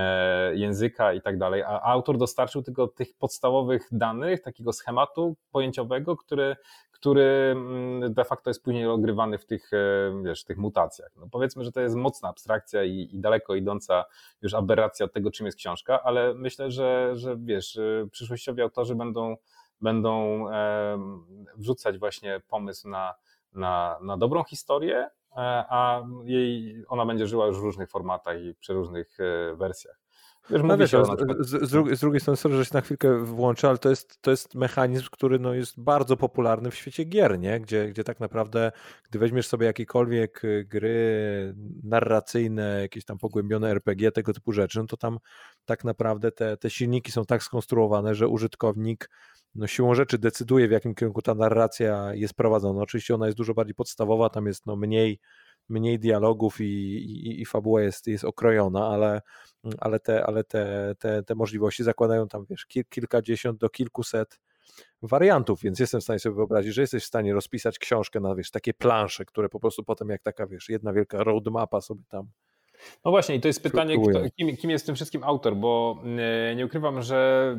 języka i tak dalej, a autor dostarczył tylko tych podstawowych danych, takiego schematu pojęciowego, który który de facto jest później ogrywany w tych, wiesz, tych mutacjach. No powiedzmy, że to jest mocna abstrakcja i, i daleko idąca już aberracja od tego, czym jest książka, ale myślę, że, że wiesz, przyszłościowi autorzy będą, będą e, wrzucać właśnie pomysł na, na, na dobrą historię, a jej, ona będzie żyła już w różnych formatach i przy różnych wersjach. Wiesz, no wiesz, się z, przykład... z, z, drugiej, z drugiej strony, sorry, że się na chwilkę włączę, ale to jest, to jest mechanizm, który no, jest bardzo popularny w świecie gier, nie? Gdzie, gdzie tak naprawdę, gdy weźmiesz sobie jakiekolwiek gry narracyjne, jakieś tam pogłębione R P G, tego typu rzeczy, no to tam tak naprawdę te, te silniki są tak skonstruowane, że użytkownik no, siłą rzeczy decyduje, w jakim kierunku ta narracja jest prowadzona. Oczywiście ona jest dużo bardziej podstawowa, tam jest no, mniej mniej dialogów i, i, i fabuła jest, jest okrojona, ale, ale, te, ale te, te, te możliwości zakładają tam, wiesz, kil, kilkadziesiąt do kilkuset wariantów, więc jestem w stanie sobie wyobrazić, że jesteś w stanie rozpisać książkę na, wiesz, takie plansze, które po prostu potem jak taka, wiesz, jedna wielka roadmapa sobie tam. No właśnie i to jest pytanie, kto, kim, kim jest w tym wszystkim autor, bo nie ukrywam, że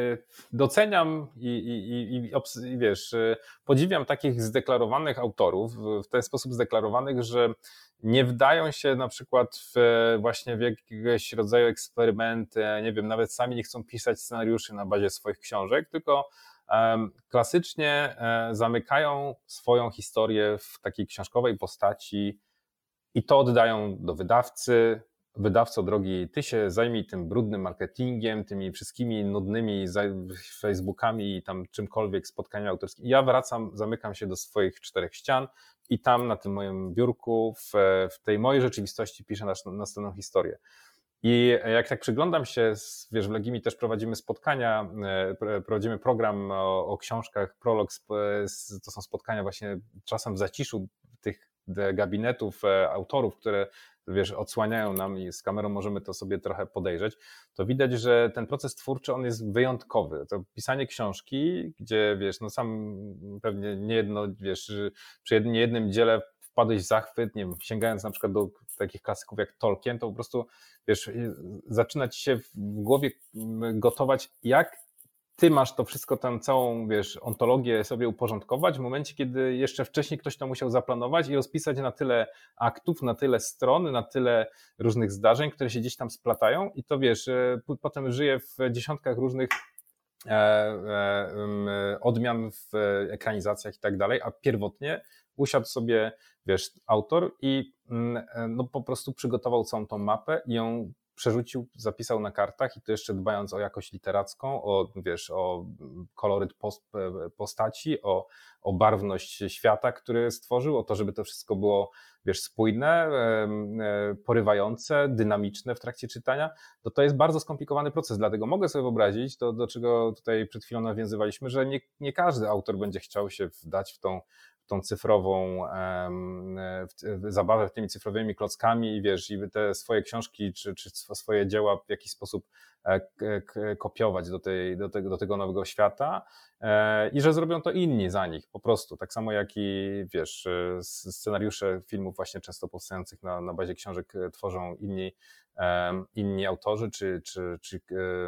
doceniam i, i, i, i wiesz, podziwiam takich zdeklarowanych autorów, w ten sposób zdeklarowanych, że nie wdają się na przykład w właśnie w jakiegoś rodzaju eksperymenty, nie wiem, nawet sami nie chcą pisać scenariuszy na bazie swoich książek, tylko klasycznie zamykają swoją historię w takiej książkowej postaci i to oddają do wydawcy. Wydawco drogi, ty się zajmij tym brudnym marketingiem, tymi wszystkimi nudnymi Facebookami i tam czymkolwiek, spotkaniami autorskimi. Ja wracam, zamykam się do swoich czterech ścian i tam na tym moim biurku, w, w tej mojej rzeczywistości piszę następną historię. I jak tak przyglądam się, wiesz, w Legimi też prowadzimy spotkania, prowadzimy program o, o książkach, prolog, to są spotkania właśnie czasem w zaciszu tych gabinetów autorów, które wiesz, odsłaniają nam i z kamerą możemy to sobie trochę podejrzeć, to widać, że ten proces twórczy, on jest wyjątkowy. To pisanie książki, gdzie wiesz, no sam pewnie niejedno, wiesz, przy niejednym dziele wpadłeś w zachwyt, nie wiem, sięgając na przykład do takich klasyków jak Tolkien, to po prostu, wiesz, zaczyna ci się w głowie gotować, jak ty masz to wszystko, tę całą, wiesz, ontologię sobie uporządkować w momencie, kiedy jeszcze wcześniej ktoś to musiał zaplanować i rozpisać na tyle aktów, na tyle stron, na tyle różnych zdarzeń, które się gdzieś tam splatają i to, wiesz, potem żyje w dziesiątkach różnych odmian w ekranizacjach i tak dalej, a pierwotnie usiadł sobie, wiesz, autor i no po prostu przygotował całą tą mapę i ją przerzucił, zapisał na kartach i to jeszcze dbając o jakość literacką, o, wiesz, o koloryt post, postaci, o, o barwność świata, który stworzył, o to, żeby to wszystko było, wiesz, spójne, porywające, dynamiczne w trakcie czytania, to to jest bardzo skomplikowany proces, dlatego mogę sobie wyobrazić, to do czego tutaj przed chwilą nawiązywaliśmy, że nie, nie każdy autor będzie chciał się wdać w tą tą cyfrową w zabawę tymi cyfrowymi klockami i wiesz, i te swoje książki czy, czy swoje dzieła w jakiś sposób kopiować do, tej, do, tego, do tego nowego świata i że zrobią to inni za nich po prostu, tak samo jak i wiesz, scenariusze filmów właśnie często powstających na, na bazie książek tworzą inni, inni autorzy czy, czy, czy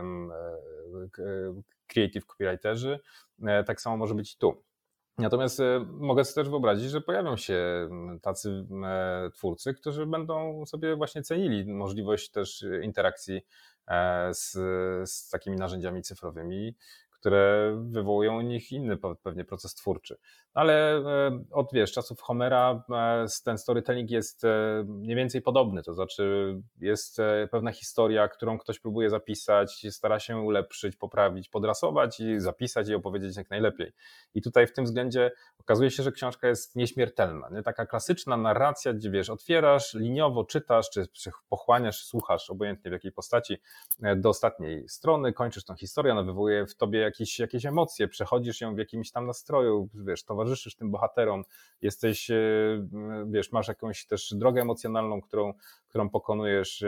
creative copywriterzy, tak samo może być i tu. Natomiast mogę sobie też wyobrazić, że pojawią się tacy twórcy, którzy będą sobie właśnie cenili możliwość też interakcji z, z takimi narzędziami cyfrowymi, które wywołują u nich inny pewnie proces twórczy. Ale od wiesz, czasów Homera ten storytelling jest mniej więcej podobny, to znaczy jest pewna historia, którą ktoś próbuje zapisać, stara się ulepszyć, poprawić, podrasować i zapisać i opowiedzieć jak najlepiej. I tutaj w tym względzie okazuje się, że książka jest nieśmiertelna, nie? Taka klasyczna narracja, gdzie wiesz, otwierasz, liniowo czytasz, czy, czy pochłaniasz, słuchasz, obojętnie w jakiej postaci, do ostatniej strony, kończysz tą historię, ona wywołuje w tobie jakieś, jakieś emocje, przechodzisz ją w jakimś tam nastroju, wiesz, towarzyszysz tym bohaterom, jesteś, wiesz, masz jakąś też drogę emocjonalną, którą, którą pokonujesz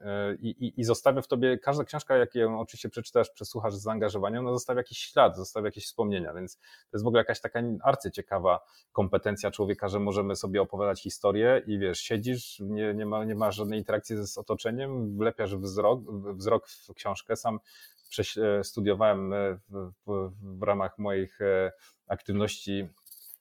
i, i, i zostawia w tobie, każda książka, jak ją oczywiście przeczytasz, przesłuchasz z zaangażowaniem, ona zostawia jakiś ślad, zostawia jakieś wspomnienia, więc to jest w ogóle jakaś taka arcyciekawa kompetencja człowieka, że możemy sobie opowiadać historię i wiesz, siedzisz, nie, nie, ma, nie masz żadnej interakcji z otoczeniem, wlepiasz wzrok, wzrok w książkę, sam studiowałem w, w, w ramach moich aktywności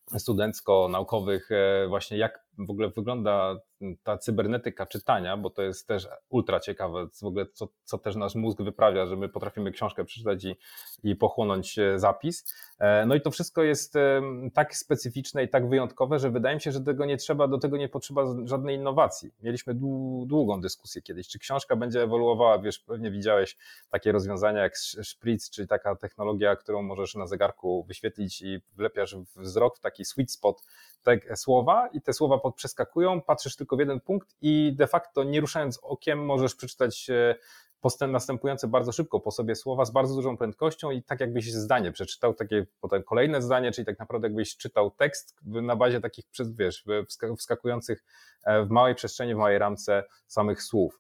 studencko-naukowych właśnie jak w ogóle wygląda ta cybernetyka czytania, bo to jest też ultra ciekawe, w ogóle co, co też nasz mózg wyprawia, że my potrafimy książkę przeczytać i, i pochłonąć zapis. No i to wszystko jest tak specyficzne i tak wyjątkowe, że wydaje mi się, że tego nie trzeba, do tego nie potrzeba żadnej innowacji. Mieliśmy długą dyskusję kiedyś, czy książka będzie ewoluowała, wiesz, pewnie widziałeś takie rozwiązania jak Spritz, czyli taka technologia, którą możesz na zegarku wyświetlić i wlepiasz wzrok w taki sweet spot te słowa i te słowa przeskakują, patrzysz tylko w jeden punkt i de facto nie ruszając okiem możesz przeczytać postęp następujące bardzo szybko po sobie słowa z bardzo dużą prędkością i tak jakbyś zdanie przeczytał, takie potem kolejne zdanie, czyli tak naprawdę jakbyś czytał tekst na bazie takich, wiesz, wskakujących w małej przestrzeni, w małej ramce samych słów.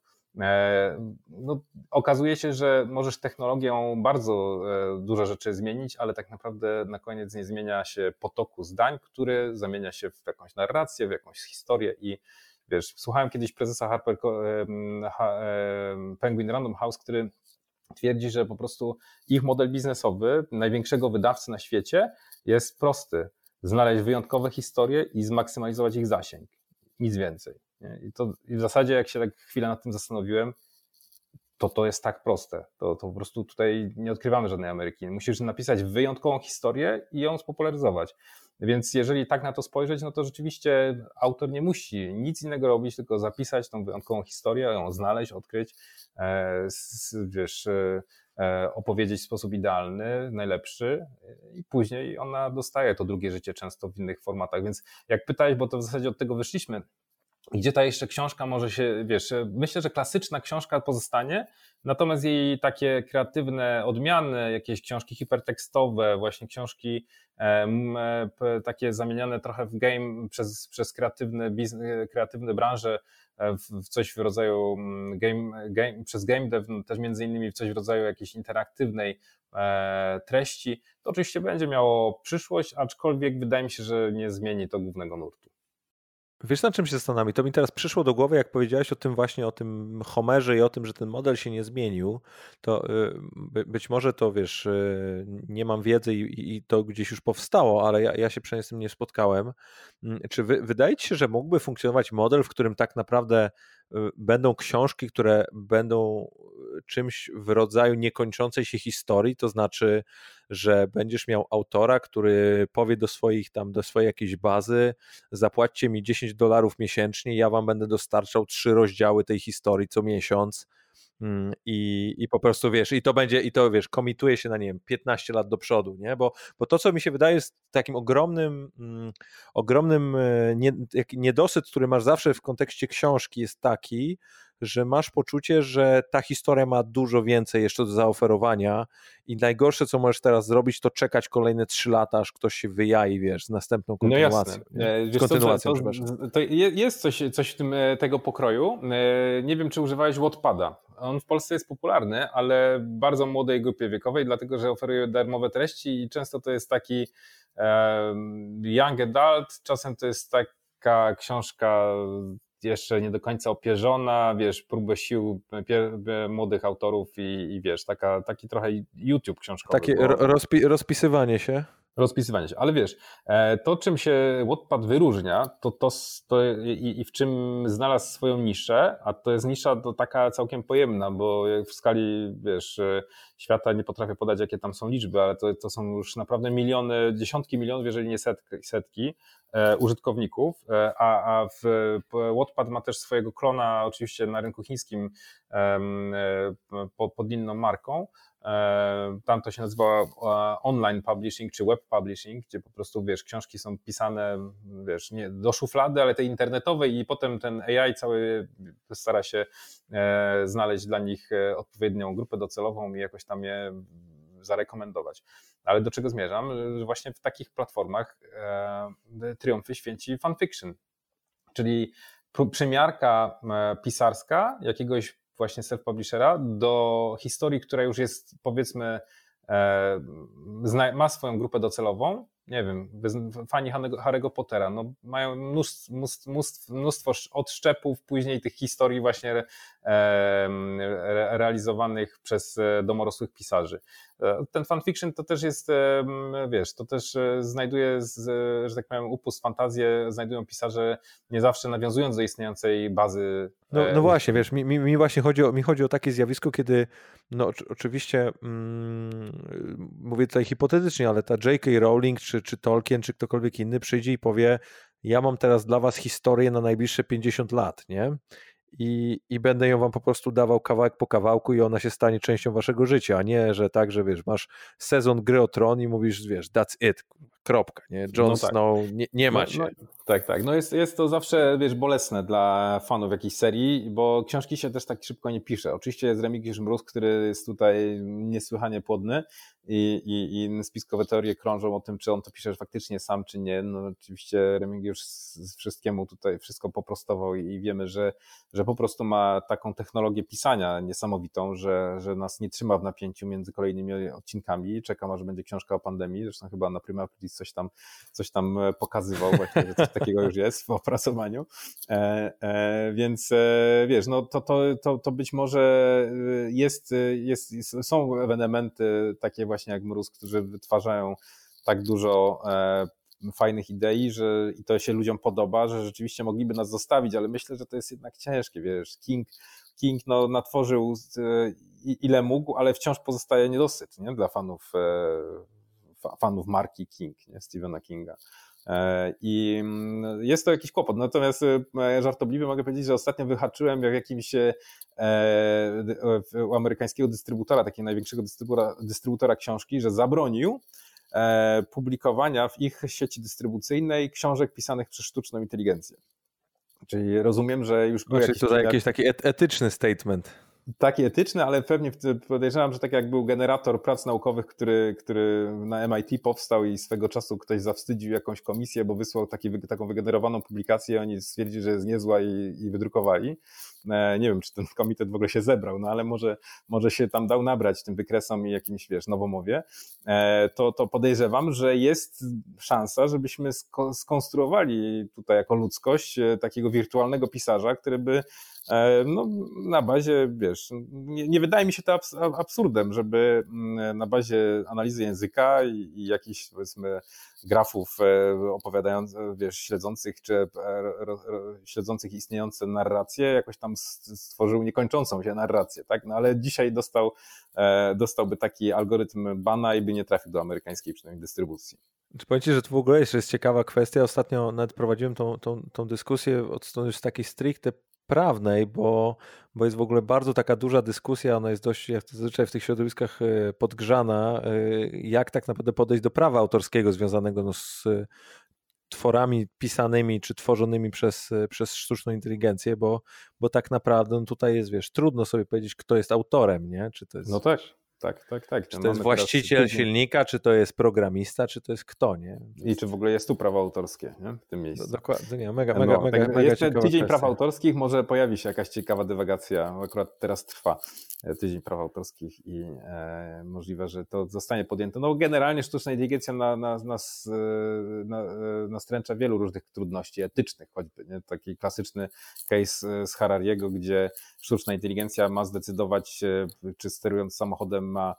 No, okazuje się, że możesz technologią bardzo dużo rzeczy zmienić, ale tak naprawdę na koniec nie zmienia się potoku zdań, który zamienia się w jakąś narrację, w jakąś historię i wiesz, słuchałem kiedyś prezesa Harper Penguin Random House, który twierdzi, że po prostu ich model biznesowy, największego wydawcy na świecie, jest prosty. Znaleźć wyjątkowe historie i zmaksymalizować ich zasięg. Nic więcej. I, to, I w zasadzie jak się tak chwilę nad tym zastanowiłem, to to jest tak proste. To, to po prostu tutaj nie odkrywamy żadnej Ameryki. Musisz napisać wyjątkową historię i ją spopularyzować. Więc jeżeli tak na to spojrzeć, no to rzeczywiście autor nie musi nic innego robić, tylko zapisać tą wyjątkową historię, ją znaleźć, odkryć, e, wiesz, e, opowiedzieć w sposób idealny, najlepszy i później ona dostaje to drugie życie często w innych formatach. Więc jak pytałeś, bo to w zasadzie od tego wyszliśmy, gdzie ta jeszcze książka może się, wiesz, myślę, że klasyczna książka pozostanie, natomiast jej takie kreatywne odmiany, jakieś książki hipertekstowe, właśnie książki e, takie zamieniane trochę w game przez, przez kreatywne, biznes, kreatywne branże, w, w coś w rodzaju game, game, przez game dev, no też między innymi w coś w rodzaju jakiejś interaktywnej e, treści, to oczywiście będzie miało przyszłość, aczkolwiek wydaje mi się, że nie zmieni to głównego nurtu. Wiesz, na czym się zastanawiam? To mi teraz przyszło do głowy, jak powiedziałeś o tym właśnie, o tym Homerze i o tym, że ten model się nie zmienił, to y, być może to, wiesz, y, nie mam wiedzy i, i to gdzieś już powstało, ale ja, ja się przynajmniej z tym nie spotkałem. Czy wy, wydaje ci się, że mógłby funkcjonować model, w którym tak naprawdę będą książki, które będą czymś w rodzaju niekończącej się historii, to znaczy, że będziesz miał autora, który powie do swoich tam, do swojej jakiejś bazy, zapłaćcie mi dziesięć dolarów miesięcznie, ja wam będę dostarczał trzy rozdziały tej historii co miesiąc i, i po prostu wiesz, i to będzie, i to wiesz, komituje się na, nie wiem, piętnaście lat do przodu, nie? Bo, bo to, co mi się wydaje, jest takim ogromnym, mm, ogromnym nie, niedosyt, który masz zawsze w kontekście książki, jest taki, że masz poczucie, że ta historia ma dużo więcej jeszcze do zaoferowania i najgorsze, co możesz teraz zrobić, to czekać kolejne trzy lata, aż ktoś się wyjai, wiesz, z następną kontynuacją. No jasne. Wiesz, kontynuacją, to, to, to jest coś, coś w tym tego pokroju. Nie wiem, czy używałeś Wattpada. On w Polsce jest popularny, ale w bardzo młodej grupie wiekowej, dlatego że oferuje darmowe treści i często to jest taki um, young adult, czasem to jest taka książka jeszcze nie do końca opierzona, wiesz, próbę sił młodych autorów i, i wiesz, taka, taki trochę YouTube książkowy. Takie bo... rozpi rozpisywanie się. Rozpisywanie się, ale wiesz, to czym się Wattpad wyróżnia, to, to, to i, i w czym znalazł swoją niszę, a to jest nisza to taka całkiem pojemna, bo w skali, wiesz, świata nie potrafię podać, jakie tam są liczby, ale to, to są już naprawdę miliony, dziesiątki milionów, jeżeli nie setki, setki e, użytkowników, e, a, a w, Wattpad ma też swojego klona oczywiście na rynku chińskim e, e, pod, pod inną marką. Tam to się nazywa online publishing czy web publishing, gdzie po prostu, wiesz, książki są pisane, wiesz, nie do szuflady, ale tej internetowej i potem ten A I cały stara się znaleźć dla nich odpowiednią grupę docelową i jakoś tam je zarekomendować. Ale do czego zmierzam? Że właśnie w takich platformach triumfy święci fanfiction, czyli przymiarka pisarska jakiegoś właśnie self-publishera do historii, która już jest, powiedzmy, e, ma swoją grupę docelową, nie wiem, fani Harry'ego Pottera, no mają mnóstwo, mnóstwo, mnóstwo odszczepów później tych historii właśnie e, re, realizowanych przez domorosłych pisarzy. Ten fanfiction to też jest, wiesz, to też znajduje, że tak powiem, upust, fantazję znajdują pisarze nie zawsze nawiązując do istniejącej bazy. No, no właśnie, wiesz, mi, mi właśnie chodzi o, mi chodzi o takie zjawisko, kiedy, no oczywiście mm, mówię tutaj hipotetycznie, ale ta J K Rowling, czy, czy Tolkien, czy ktokolwiek inny przyjdzie i powie, ja mam teraz dla was historię na najbliższe pięćdziesiąt lat, nie? I, i będę ją wam po prostu dawał kawałek po kawałku i ona się stanie częścią waszego życia, a nie, że tak, że wiesz, masz sezon Gry o Tron i mówisz, wiesz, that's it, kropka, nie? Jon no tak. Snow, nie, nie macie. No, no, tak, tak, no jest, jest to zawsze, wiesz, bolesne dla fanów jakiejś serii, bo książki się też tak szybko nie pisze. Oczywiście jest Remigiusz Mróz, który jest tutaj niesłychanie płodny i, i, i spiskowe teorie krążą o tym, czy on to pisze faktycznie sam, czy nie. No oczywiście Remigiusz z wszystkiemu tutaj wszystko poprostował i wiemy, że, że po prostu ma taką technologię pisania niesamowitą, że, że nas nie trzyma w napięciu między kolejnymi odcinkami. Czekam, aż będzie książka o pandemii, zresztą chyba na Prima Aprilis coś tam, coś tam pokazywał właśnie, że coś takiego już jest w opracowaniu, e, e, więc e, wiesz, no to, to, to, to być może jest, jest, jest, są ewenementy takie właśnie jak Mróz, którzy wytwarzają tak dużo e, fajnych idei, że i to się ludziom podoba, że rzeczywiście mogliby nas zostawić, ale myślę, że to jest jednak ciężkie, wiesz, King, King no, natworzył e, ile mógł, ale wciąż pozostaje niedosyt, nie? Dla fanów e, fanów marki King, nie? Stephena Kinga. I jest to jakiś kłopot. Natomiast żartobliwie mogę powiedzieć, że ostatnio wyhaczyłem jak jakimś e, u amerykańskiego dystrybutora, takiego największego dystrybutora, dystrybutora książki, że zabronił e, publikowania w ich sieci dystrybucyjnej książek pisanych przez sztuczną inteligencję. Czyli rozumiem, że już był Znaczy jakiś... tutaj jakiś taki etyczny statement. Taki etyczny, ale pewnie podejrzewam, że tak jak był generator prac naukowych, który, który na M I T powstał i swego czasu ktoś zawstydził jakąś komisję, bo wysłał taki, taką wygenerowaną publikację, oni stwierdzili, że jest niezła i, i wydrukowali. Nie wiem, czy ten komitet w ogóle się zebrał, no ale może, może się tam dał nabrać tym wykresom i jakimś, wiesz, nowomowie. To, to podejrzewam, że jest szansa, żebyśmy skonstruowali tutaj jako ludzkość takiego wirtualnego pisarza, który by no, na bazie, wiesz, nie, nie wydaje mi się to absurdem, żeby na bazie analizy języka i, i jakichś, powiedzmy, grafów opowiadających, wiesz, śledzących czy śledzących istniejące narracje, jakoś tam stworzył niekończącą się narrację, tak? No ale dzisiaj dostał, dostałby taki algorytm bana i by nie trafił do amerykańskiej przynajmniej dystrybucji. Czy powiem Ci, że to w ogóle jeszcze jest ciekawa kwestia. Ostatnio nawet prowadziłem tą, tą, tą dyskusję od strony już takiej stricte prawnej, bo, bo jest w ogóle bardzo taka duża dyskusja, ona jest dość jak zazwyczaj w tych środowiskach podgrzana, jak tak naprawdę podejść do prawa autorskiego związanego no, z tworami pisanymi czy tworzonymi przez, przez sztuczną inteligencję, bo, bo tak naprawdę no, tutaj jest, wiesz, trudno sobie powiedzieć, kto jest autorem, nie? Czy to jest... No tak. Tak, tak, tak. Czy to jest właściciel teraz... silnika, czy to jest programista, czy to jest kto, nie? I czy w ogóle jest tu prawo autorskie, nie? W tym miejscu. Dokładnie, nie, mega, mega, no, mega, tak, mega jeszcze ciekawa tydzień kwestia. praw autorskich, może pojawi się jakaś ciekawa dywagacja, akurat teraz trwa tydzień praw autorskich i e, możliwe, że to zostanie podjęte. No generalnie sztuczna inteligencja na, na, nas, na, nastręcza wielu różnych trudności etycznych, choćby, nie? Taki klasyczny case z Harariego, gdzie sztuczna inteligencja ma zdecydować, czy sterując samochodem ma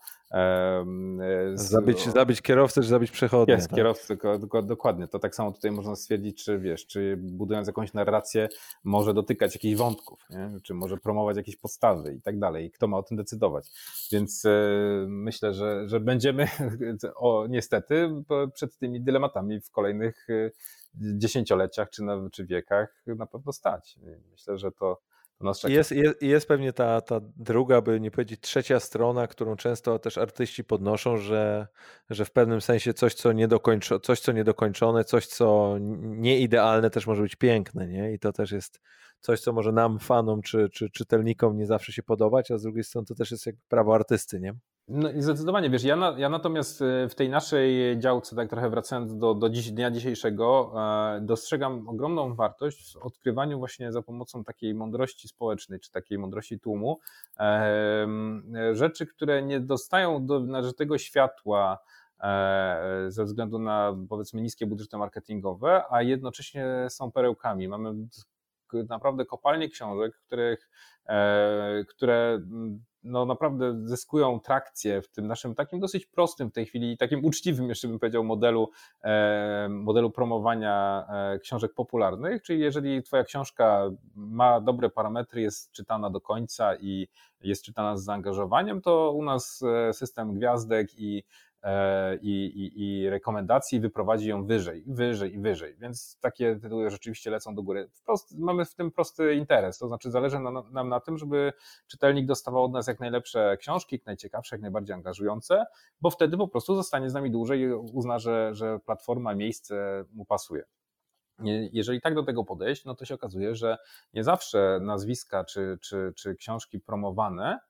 Z, zabić, zabić kierowcę, czy zabić przechodnia. Jest, tak? Kierowcę, dokładnie. To tak samo tutaj można stwierdzić, czy wiesz, czy budując jakąś narrację może dotykać jakichś wątków, nie? Czy może promować jakieś podstawy i tak dalej. I kto ma o tym decydować. Więc e, myślę, że, że będziemy o, niestety przed tymi dylematami w kolejnych dziesięcioleciach czy, na, czy wiekach na pewno stać. Myślę, że to Jest, jest, jest pewnie ta, ta druga, by nie powiedzieć trzecia strona, którą często też artyści podnoszą, że, że w pewnym sensie coś, co niedokończone, coś, co niedokończone, coś, co nieidealne też może być piękne, nie? I to też jest coś, co może nam, fanom czy, czy czytelnikom nie zawsze się podobać, a z drugiej strony to też jest jakby prawo artysty, nie? No i zdecydowanie, wiesz, ja, na, ja natomiast w tej naszej działce, tak trochę wracając do, do dziś, dnia dzisiejszego, e, dostrzegam ogromną wartość w odkrywaniu właśnie za pomocą takiej mądrości społecznej, czy takiej mądrości tłumu, e, rzeczy, które nie dostają do należytego światła e, ze względu na, powiedzmy, niskie budżety marketingowe, a jednocześnie są perełkami. Mamy naprawdę kopalnie książek, których, e, które no naprawdę zyskują trakcję w tym naszym takim dosyć prostym w tej chwili, takim uczciwym jeszcze bym powiedział modelu, e, modelu promowania e, książek popularnych, czyli jeżeli twoja książka ma dobre parametry, jest czytana do końca i jest czytana z zaangażowaniem, to u nas system gwiazdek i I, i, i rekomendacji wyprowadzi ją wyżej, wyżej i wyżej, więc takie tytuły rzeczywiście lecą do góry. Wprost, mamy w tym prosty interes, to znaczy zależy nam na, na tym, żeby czytelnik dostawał od nas jak najlepsze książki, jak najciekawsze, jak najbardziej angażujące, bo wtedy po prostu zostanie z nami dłużej i uzna, że, że platforma, miejsce mu pasuje. Jeżeli tak do tego podejść, no to się okazuje, że nie zawsze nazwiska czy, czy, czy książki promowane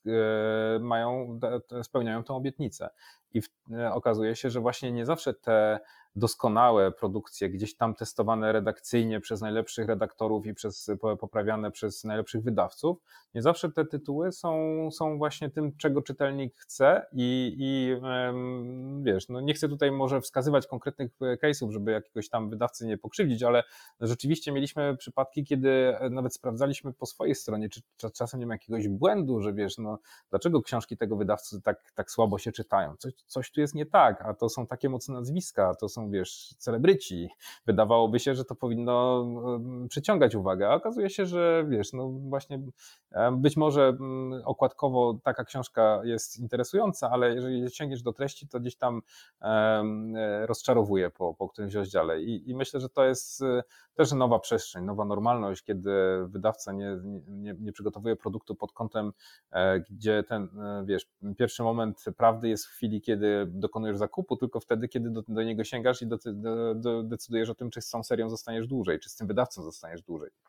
mają, spełniają tę obietnicę. I okazuje się, że właśnie nie zawsze te doskonałe produkcje, gdzieś tam testowane redakcyjnie przez najlepszych redaktorów i przez, poprawiane przez najlepszych wydawców, nie zawsze te tytuły są, są właśnie tym, czego czytelnik chce i, i wiesz, no nie chcę tutaj może wskazywać konkretnych case'ów, żeby jakiegoś tam wydawcy nie pokrzywdzić, ale rzeczywiście mieliśmy przypadki, kiedy nawet sprawdzaliśmy po swojej stronie, czy czasem nie ma jakiegoś błędu, że wiesz, no dlaczego książki tego wydawcy tak, tak słabo się czytają, coś, coś tu jest nie tak, a to są takie mocne nazwiska, to są, wiesz, celebryci. Wydawałoby się, że to powinno przyciągać uwagę, a okazuje się, że wiesz, no właśnie być może okładkowo taka książka jest interesująca, ale jeżeli sięgniesz do treści, to gdzieś tam rozczarowuje po, po którymś rozdziale i, i myślę, że to jest też nowa przestrzeń, nowa normalność, kiedy wydawca nie, nie, nie przygotowuje produktu pod kątem, gdzie ten, wiesz, pierwszy moment prawdy jest w chwili, kiedy dokonujesz zakupu, tylko wtedy, kiedy do, do niego sięgasz i do, do, do decydujesz o tym, czy z tą serią zostaniesz dłużej, czy z tym wydawcą zostaniesz dłużej.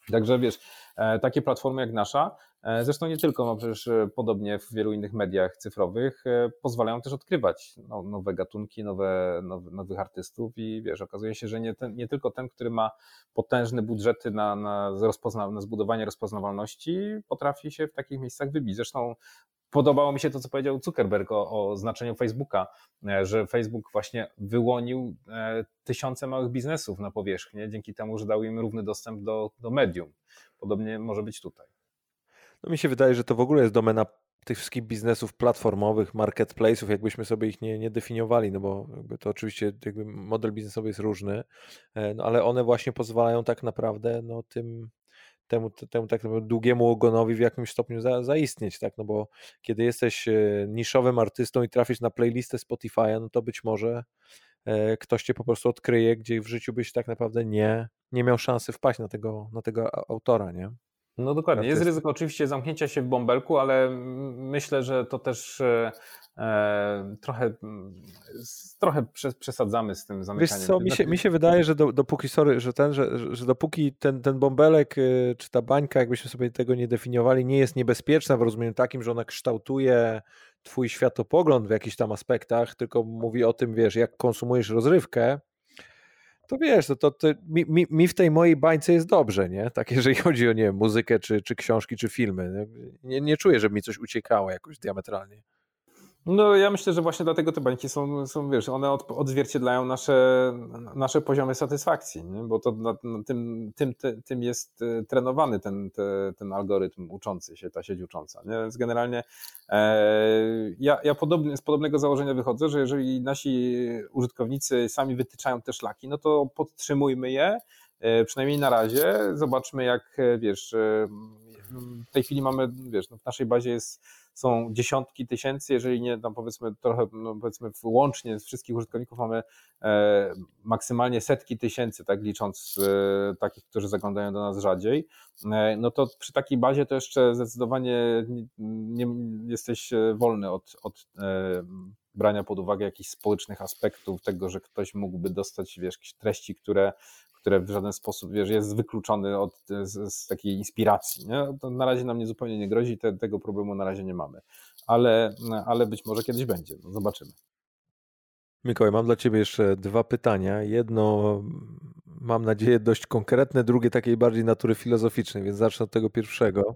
Także wiesz, takie platformy jak nasza, zresztą nie tylko, no przecież podobnie w wielu innych mediach cyfrowych, pozwalają też odkrywać nowe gatunki, nowe, nowe, nowych artystów i wiesz, okazuje się, że nie, ten, nie tylko ten, który ma potężne budżety na, na, rozpozna, na zbudowanie rozpoznawalności, potrafi się w takich miejscach wybić. Zresztą podobało mi się to, co powiedział Zuckerberg o, o znaczeniu Facebooka, że Facebook właśnie wyłonił tysiące małych biznesów na powierzchnię dzięki temu, że dał im równy dostęp do, do medium. Podobnie może być tutaj. No mi się wydaje, że to w ogóle jest domena tych wszystkich biznesów platformowych, marketplace'ów, jakbyśmy sobie ich nie, nie definiowali, no bo jakby to oczywiście jakby model biznesowy jest różny, no ale one właśnie pozwalają tak naprawdę no tym temu, temu tak naprawdę długiemu ogonowi w jakimś stopniu za, zaistnieć, tak, no bo kiedy jesteś niszowym artystą i trafisz na playlistę Spotify'a, no to być może e, ktoś cię po prostu odkryje, gdzie w życiu byś tak naprawdę nie, nie miał szansy wpaść na tego, na tego autora, nie? No dokładnie, jest ryzyko oczywiście zamknięcia się w bąbelku, ale myślę, że to też e, trochę, trochę przesadzamy z tym zamykaniem. Wiesz co, mi się, mi się wydaje, że do, dopóki, sorry, że ten, że, że dopóki ten, ten bąbelek czy ta bańka, jakbyśmy sobie tego nie definiowali, nie jest niebezpieczna w rozumieniu takim, że ona kształtuje twój światopogląd w jakichś tam aspektach, tylko mówi o tym, wiesz, jak konsumujesz rozrywkę, to wiesz, to, to, to mi, mi, mi w tej mojej bańce jest dobrze, nie? Tak jeżeli chodzi o, nie wiem, muzykę, czy, czy książki, czy filmy. Nie, nie czuję, żeby mi coś uciekało jakoś diametralnie. No ja myślę, że właśnie dlatego te bańki są, są wiesz, one od, odzwierciedlają nasze, nasze poziomy satysfakcji, nie? Bo to na, na tym, tym, tym jest trenowany ten, ten, ten algorytm uczący się, ta sieć ucząca. Nie? Więc generalnie e, ja, ja podobnie, z podobnego założenia wychodzę, że jeżeli nasi użytkownicy sami wytyczają te szlaki, no to podtrzymujmy je, e, przynajmniej na razie, zobaczmy jak, wiesz, e, w tej chwili mamy, wiesz, no w naszej bazie jest są dziesiątki tysięcy, jeżeli nie tam powiedzmy trochę, no powiedzmy łącznie z wszystkich użytkowników mamy e, maksymalnie setki tysięcy, tak licząc e, takich, którzy zaglądają do nas rzadziej, e, no to przy takiej bazie to jeszcze zdecydowanie nie, nie jesteś wolny od, od e, brania pod uwagę jakichś społecznych aspektów, tego, że ktoś mógłby dostać, wiesz, jakieś treści, które które w żaden sposób, wiesz, jest wykluczony od z, z takiej inspiracji. Nie? To na razie nam nie zupełnie nie grozi, te, tego problemu na razie nie mamy. Ale, ale być może kiedyś będzie, no zobaczymy. Mikołaj, mam dla Ciebie jeszcze dwa pytania. Jedno, mam nadzieję, dość konkretne, drugie takiej bardziej natury filozoficznej, więc zacznę od tego pierwszego.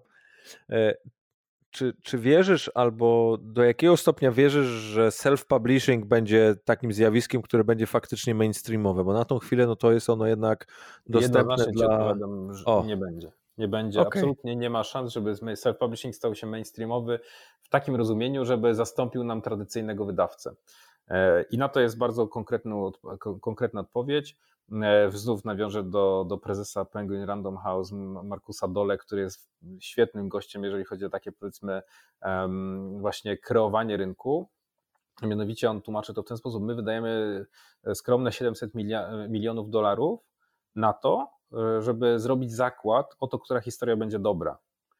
Czy, czy wierzysz, albo do jakiego stopnia wierzysz, że self-publishing będzie takim zjawiskiem, które będzie faktycznie mainstreamowe? Bo na tą chwilę no to jest ono jednak dostępne dla... Że o. Nie będzie. Nie będzie. Okay. Absolutnie nie ma szans, żeby self-publishing stał się mainstreamowy w takim rozumieniu, żeby zastąpił nam tradycyjnego wydawcę. I na to jest bardzo konkretna, konkretna odpowiedź. Znów nawiążę do, do prezesa Penguin Random House, Markusa Dole, który jest świetnym gościem, jeżeli chodzi o takie, powiedzmy, właśnie kreowanie rynku. Mianowicie on tłumaczy to w ten sposób: my wydajemy skromne siedemset milionów dolarów na to, żeby zrobić zakład o to, która historia będzie dobra.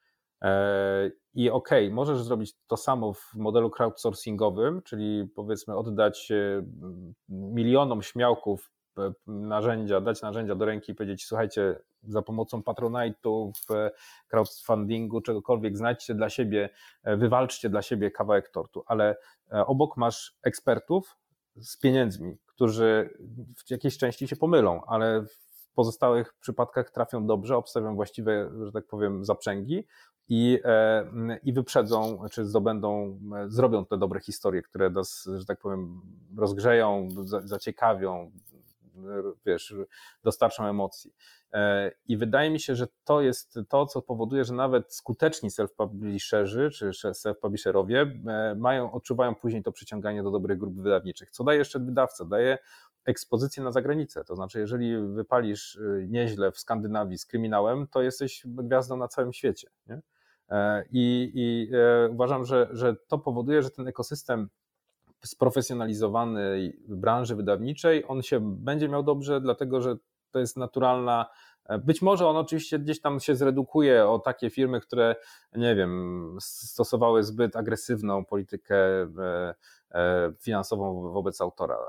I okej, okay, możesz zrobić to samo w modelu crowdsourcingowym, czyli powiedzmy oddać milionom śmiałków narzędzia, dać narzędzia do ręki i powiedzieć: słuchajcie, za pomocą Patronite'u, crowdfundingu, czegokolwiek, znajdźcie dla siebie, wywalczcie dla siebie kawałek tortu, ale obok masz ekspertów z pieniędzmi, którzy w jakiejś części się pomylą, ale w pozostałych przypadkach trafią dobrze, obstawią właściwe, że tak powiem, zaprzęgi i, i wyprzedzą, czy zdobędą, zrobią te dobre historie, które nas, że tak powiem, rozgrzeją, zaciekawią, wiesz, dostarczą emocji. I wydaje mi się, że to jest to, co powoduje, że nawet skuteczni self-publisherzy czy self-publisherowie mają, odczuwają później to przyciąganie do dobrych grup wydawniczych. Co daje jeszcze wydawca? Daje ekspozycję na zagranicę, to znaczy jeżeli wypalisz nieźle w Skandynawii z kryminałem, to jesteś gwiazdą na całym świecie. Nie? I, i uważam, że, że to powoduje, że ten ekosystem sprofesjonalizowanej branży wydawniczej, on się będzie miał dobrze, dlatego że to jest naturalna, być może on oczywiście gdzieś tam się zredukuje o takie firmy, które, nie wiem, stosowały zbyt agresywną politykę finansową wobec autora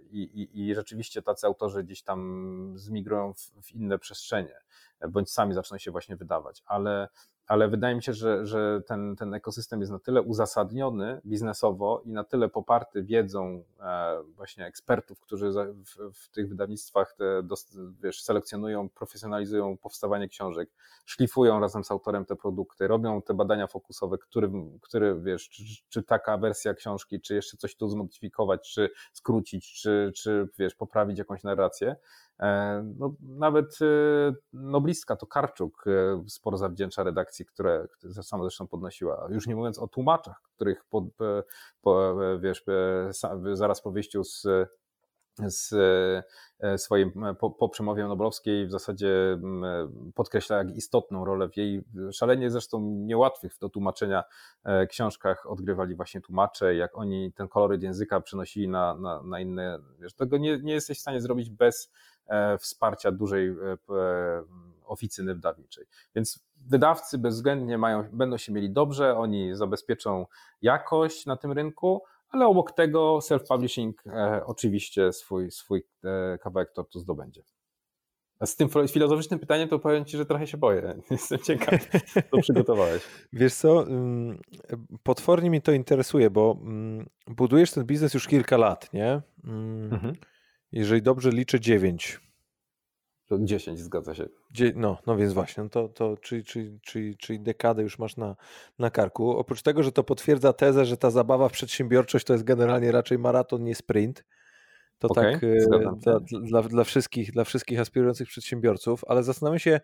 i, i, i rzeczywiście tacy autorzy gdzieś tam zmigrują w, w inne przestrzenie, bądź sami zaczną się właśnie wydawać, ale ale wydaje mi się, że, że ten, ten ekosystem jest na tyle uzasadniony biznesowo i na tyle poparty wiedzą właśnie ekspertów, którzy w, w tych wydawnictwach te, wiesz, selekcjonują, profesjonalizują powstawanie książek, szlifują razem z autorem te produkty, robią te badania fokusowe, który, który wiesz, czy, czy taka wersja książki, czy jeszcze coś tu zmodyfikować, czy skrócić, czy, czy wiesz, poprawić jakąś narrację. No, nawet noblistka Tokarczuk sporo zawdzięcza redakcji, które, które sama zresztą podnosiła. Już nie mówiąc o tłumaczach, których po, po, wiesz, zaraz po wyjściu z, z swojej, po, po przemowie nobelowskiej w zasadzie podkreśla, jak istotną rolę w jej szalenie zresztą niełatwych do tłumaczenia książkach odgrywali właśnie tłumacze, jak oni ten koloryt języka przenosili na, na, na inne, wiesz, tego nie, nie jesteś w stanie zrobić bez wsparcia dużej oficyny wydawniczej. Więc wydawcy bezwzględnie mają, będą się mieli dobrze, oni zabezpieczą jakość na tym rynku, ale obok tego self-publishing e, oczywiście swój, swój e, kawałek tortu zdobędzie. A z tym filozoficznym pytaniem to powiem Ci, że trochę się boję. Jestem ciekaw, co przygotowałeś. Wiesz co, potwornie mi to interesuje, bo budujesz ten biznes już kilka lat, nie? Mhm. Jeżeli dobrze liczę, dziewięć. To dziesięć, zgadza się. Dzie- no, no więc właśnie, no to, to czyli, czyli, czyli, czyli dekadę już masz na, na karku. Oprócz tego, że to potwierdza tezę, że ta zabawa w przedsiębiorczość to jest generalnie raczej maraton, nie sprint. To okay, tak dla, dla, dla, wszystkich, dla wszystkich aspirujących przedsiębiorców, ale zastanawiam się,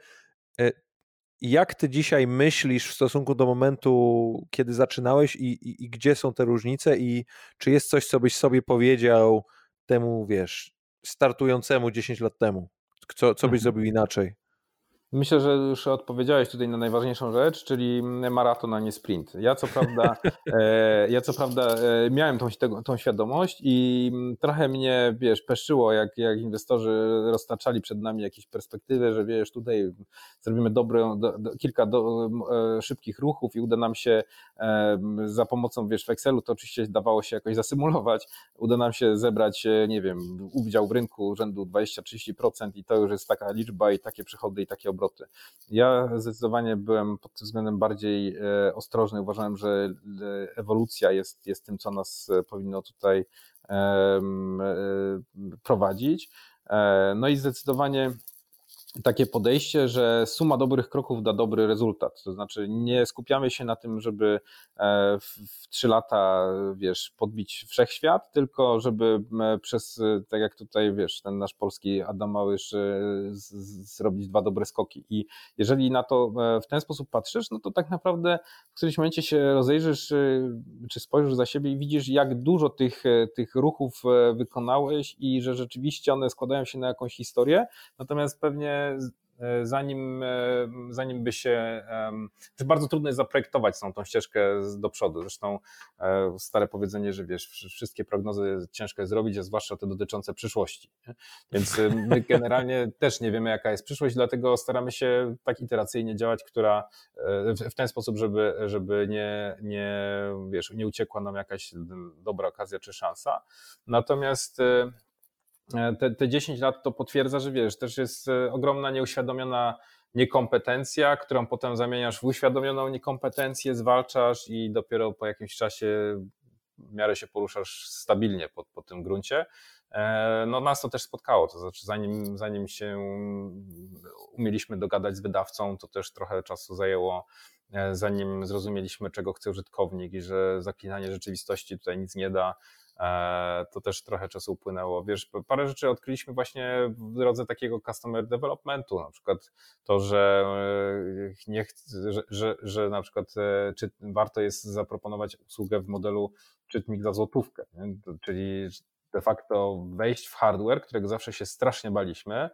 jak ty dzisiaj myślisz w stosunku do momentu, kiedy zaczynałeś i, i, i gdzie są te różnice i czy jest coś, co byś sobie powiedział temu, wiesz, startującemu dziesięć lat temu? Co, co byś mhm. zrobił inaczej? Myślę, że już odpowiedziałeś tutaj na najważniejszą rzecz, czyli maraton, a nie sprint. Ja co prawda, e, ja co prawda e, miałem tą, tą świadomość i trochę mnie, wiesz, peszczyło, jak, jak inwestorzy roztaczali przed nami jakieś perspektywy, że wiesz, tutaj zrobimy dobre, do, do, kilka do, e, szybkich ruchów i uda nam się e, za pomocą, wiesz, w Excelu to oczywiście dawało się jakoś zasymulować, uda nam się zebrać, nie wiem, udział w rynku rzędu dwadzieścia do trzydziestu procent i to już jest taka liczba i takie przychody i takie obroty. Ja zdecydowanie byłem pod tym względem bardziej ostrożny. Uważałem, że ewolucja jest, jest tym, co nas powinno tutaj prowadzić. No i zdecydowanie takie podejście, że suma dobrych kroków da dobry rezultat. To znaczy nie skupiamy się na tym, żeby w trzy lata, wiesz, podbić wszechświat, tylko żeby przez, tak jak tutaj, wiesz, ten nasz polski Adam Małysz zrobić dwa dobre skoki. I jeżeli na to w ten sposób patrzysz, no to tak naprawdę w którymś momencie się rozejrzysz, czy spojrzysz za siebie i widzisz, jak dużo tych, tych ruchów wykonałeś i że rzeczywiście one składają się na jakąś historię, natomiast pewnie zanim, zanim by się, to bardzo trudno jest zaprojektować tą, tą ścieżkę do przodu. Zresztą stare powiedzenie, że wiesz, wszystkie prognozy ciężko jest zrobić, a zwłaszcza te dotyczące przyszłości. Nie? Więc my generalnie też nie wiemy, jaka jest przyszłość, dlatego staramy się tak iteracyjnie działać, która w ten sposób, żeby, żeby nie, nie, wiesz, nie uciekła nam jakaś dobra okazja czy szansa. Natomiast Te, te dziesięć lat to potwierdza, że wiesz, też jest ogromna nieuświadomiona niekompetencja, którą potem zamieniasz w uświadomioną niekompetencję, zwalczasz i dopiero po jakimś czasie w miarę się poruszasz stabilnie po, po tym gruncie. No nas to też spotkało, to znaczy zanim, zanim się umieliśmy dogadać z wydawcą, to też trochę czasu zajęło, zanim zrozumieliśmy, czego chce użytkownik i że zaklinanie rzeczywistości tutaj nic nie da. To też trochę czasu upłynęło. Wiesz, parę rzeczy odkryliśmy właśnie w drodze takiego customer developmentu, na przykład to, że nie chce, że, że, że na przykład czy warto jest zaproponować usługę w modelu czytnik za złotówkę, nie? Czyli de facto wejść w hardware, którego zawsze się strasznie baliśmy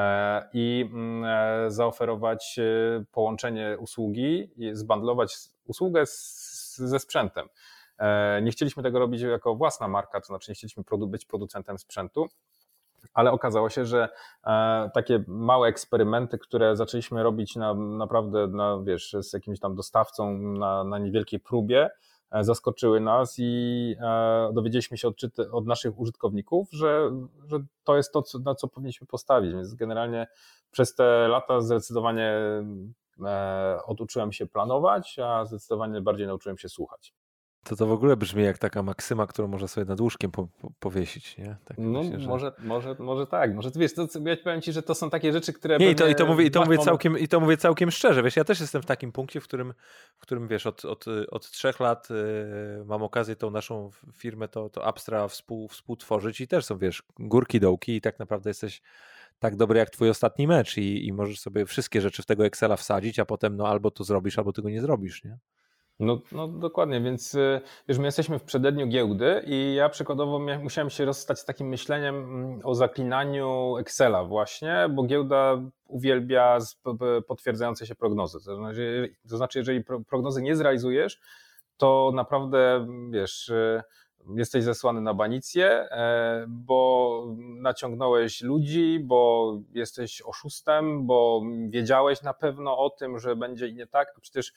i zaoferować połączenie usługi i zbandlować usługę z, ze sprzętem. Nie chcieliśmy tego robić jako własna marka, to znaczy nie chcieliśmy być producentem sprzętu, ale okazało się, że takie małe eksperymenty, które zaczęliśmy robić na, naprawdę na, wiesz, z jakimś tam dostawcą na, na niewielkiej próbie, zaskoczyły nas i dowiedzieliśmy się od, od naszych użytkowników, że, że to jest to, na co powinniśmy postawić, więc generalnie przez te lata zdecydowanie oduczyłem się planować, a zdecydowanie bardziej nauczyłem się słuchać. To to w ogóle brzmi jak taka maksyma, którą można sobie nad łóżkiem po, po, powiesić, nie? Tak no myślę, że... może, może, może tak, może wiesz, to, ja powiem ci, że to są takie rzeczy, które... Nie, i to, i to mówię, i to mówię całkiem, i to mówię całkiem szczerze, wiesz, ja też jestem w takim punkcie, w którym, w którym wiesz, od, od, od trzech lat y, mam okazję tą naszą firmę, to, to Apstra współ, współtworzyć i też są, wiesz, górki, dołki i tak naprawdę jesteś tak dobry jak twój ostatni mecz i, i możesz sobie wszystkie rzeczy w tego Excela wsadzić, a potem no albo to zrobisz, albo tego nie zrobisz, nie? No, no dokładnie, więc wiesz, my jesteśmy w przededniu giełdy i ja przykładowo musiałem się rozstać z takim myśleniem o zaklinaniu Excela właśnie, bo giełda uwielbia potwierdzające się prognozy. To znaczy, to znaczy jeżeli prognozy nie zrealizujesz, to naprawdę, wiesz, jesteś zesłany na banicję, bo naciągnąłeś ludzi, bo jesteś oszustem, bo wiedziałeś na pewno o tym, że będzie i nie tak, a przecież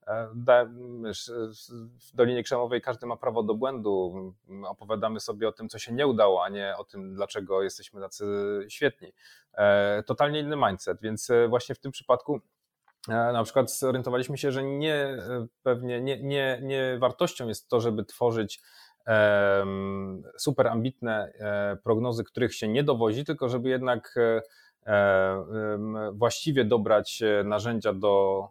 w Dolinie Krzemowej każdy ma prawo do błędu. Opowiadamy sobie o tym, co się nie udało, a nie o tym, dlaczego jesteśmy tacy świetni. Totalnie inny mindset, więc właśnie w tym przypadku na przykład zorientowaliśmy się, że nie, pewnie nie, nie, nie wartością jest to, żeby tworzyć super ambitne prognozy, których się nie dowozi, tylko żeby jednak właściwie dobrać narzędzia do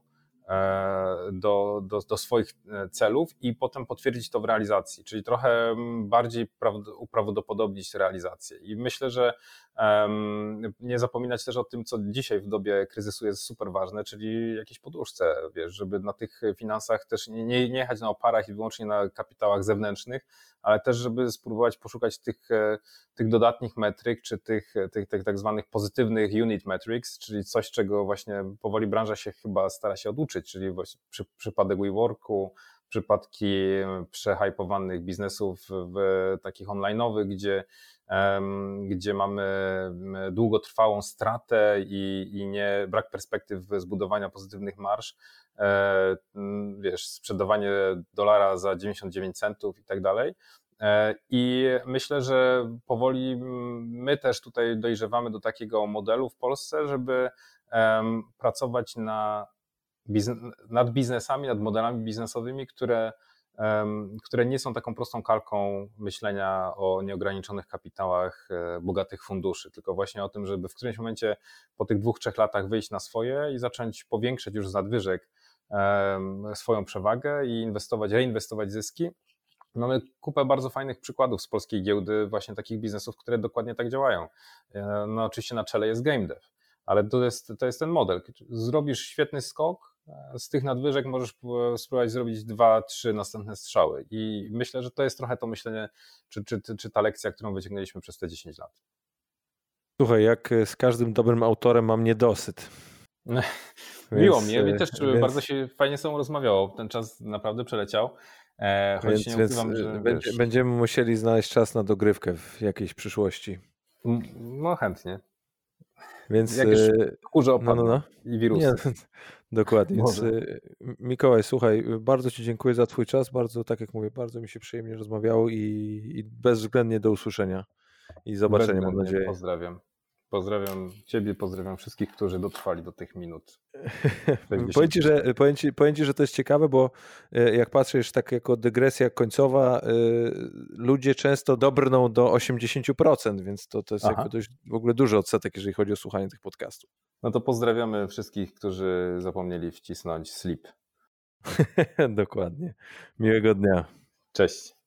Do, do, do swoich celów i potem potwierdzić to w realizacji, czyli trochę bardziej uprawdopodobnić realizację. I myślę, że um, nie zapominać też o tym, co dzisiaj w dobie kryzysu jest super ważne, czyli jakieś poduszce, wiesz, żeby na tych finansach też nie, nie jechać na oparach i wyłącznie na kapitałach zewnętrznych, ale też, żeby spróbować poszukać tych, tych dodatnich metryk, czy tych, tych, tych tak zwanych pozytywnych unit metrics, czyli coś, czego właśnie powoli branża się chyba stara się oduczyć, czyli właśnie przy, przypadek WeWorku, przypadki przehypowanych biznesów w takich online'owych, gdzie, um, gdzie mamy długotrwałą stratę i, i nie brak perspektyw zbudowania pozytywnych marż, e, wiesz, sprzedawanie dolara za dziewięćdziesiąt dziewięć centów i tak dalej. I myślę, że powoli my też tutaj dojrzewamy do takiego modelu w Polsce, żeby um, pracować na biznes, nad biznesami, nad modelami biznesowymi, które, um, które nie są taką prostą kalką myślenia o nieograniczonych kapitałach bogatych funduszy, tylko właśnie o tym, żeby w którymś momencie po tych dwóch, trzech latach wyjść na swoje i zacząć powiększać już z nadwyżek um, swoją przewagę i inwestować, reinwestować zyski. Mamy kupę bardzo fajnych przykładów z polskiej giełdy, właśnie takich biznesów, które dokładnie tak działają. No oczywiście na czele jest game dev, ale to jest, to jest ten model. Zrobisz świetny skok, z tych nadwyżek możesz spróbować zrobić dwa, trzy następne strzały i myślę, że to jest trochę to myślenie, czy, czy, czy ta lekcja, którą wyciągnęliśmy przez te dziesięć lat. Słuchaj, jak z każdym dobrym autorem mam niedosyt. Miło więc, mnie, mi też więc... bardzo się fajnie z tobą rozmawiało, ten czas naprawdę przeleciał. Choć więc, nie więc ukrywam, że będzie, będziemy musieli znaleźć czas na dogrywkę w jakiejś przyszłości. No chętnie. Więc jakieś kurze opadną no, no, no. i wirusy. Nie, dokładnie. Więc, Mikołaj, słuchaj, bardzo ci dziękuję za twój czas. Bardzo, tak jak mówię, bardzo mi się przyjemnie rozmawiało i, i bezwzględnie do usłyszenia i zobaczenia, mam nadzieję. Pozdrawiam. Pozdrawiam ciebie, pozdrawiam wszystkich, którzy dotrwali do tych minut. Powiem ci, że, powiem, ci, powiem ci, że to jest ciekawe, bo jak patrzysz tak jako dygresja końcowa, ludzie często dobrną do osiemdziesiąt procent, więc to, to jest jakby dość w ogóle duży odsetek, jeżeli chodzi o słuchanie tych podcastów. No to pozdrawiamy wszystkich, którzy zapomnieli wcisnąć sleep. Dokładnie. Miłego dnia. Cześć.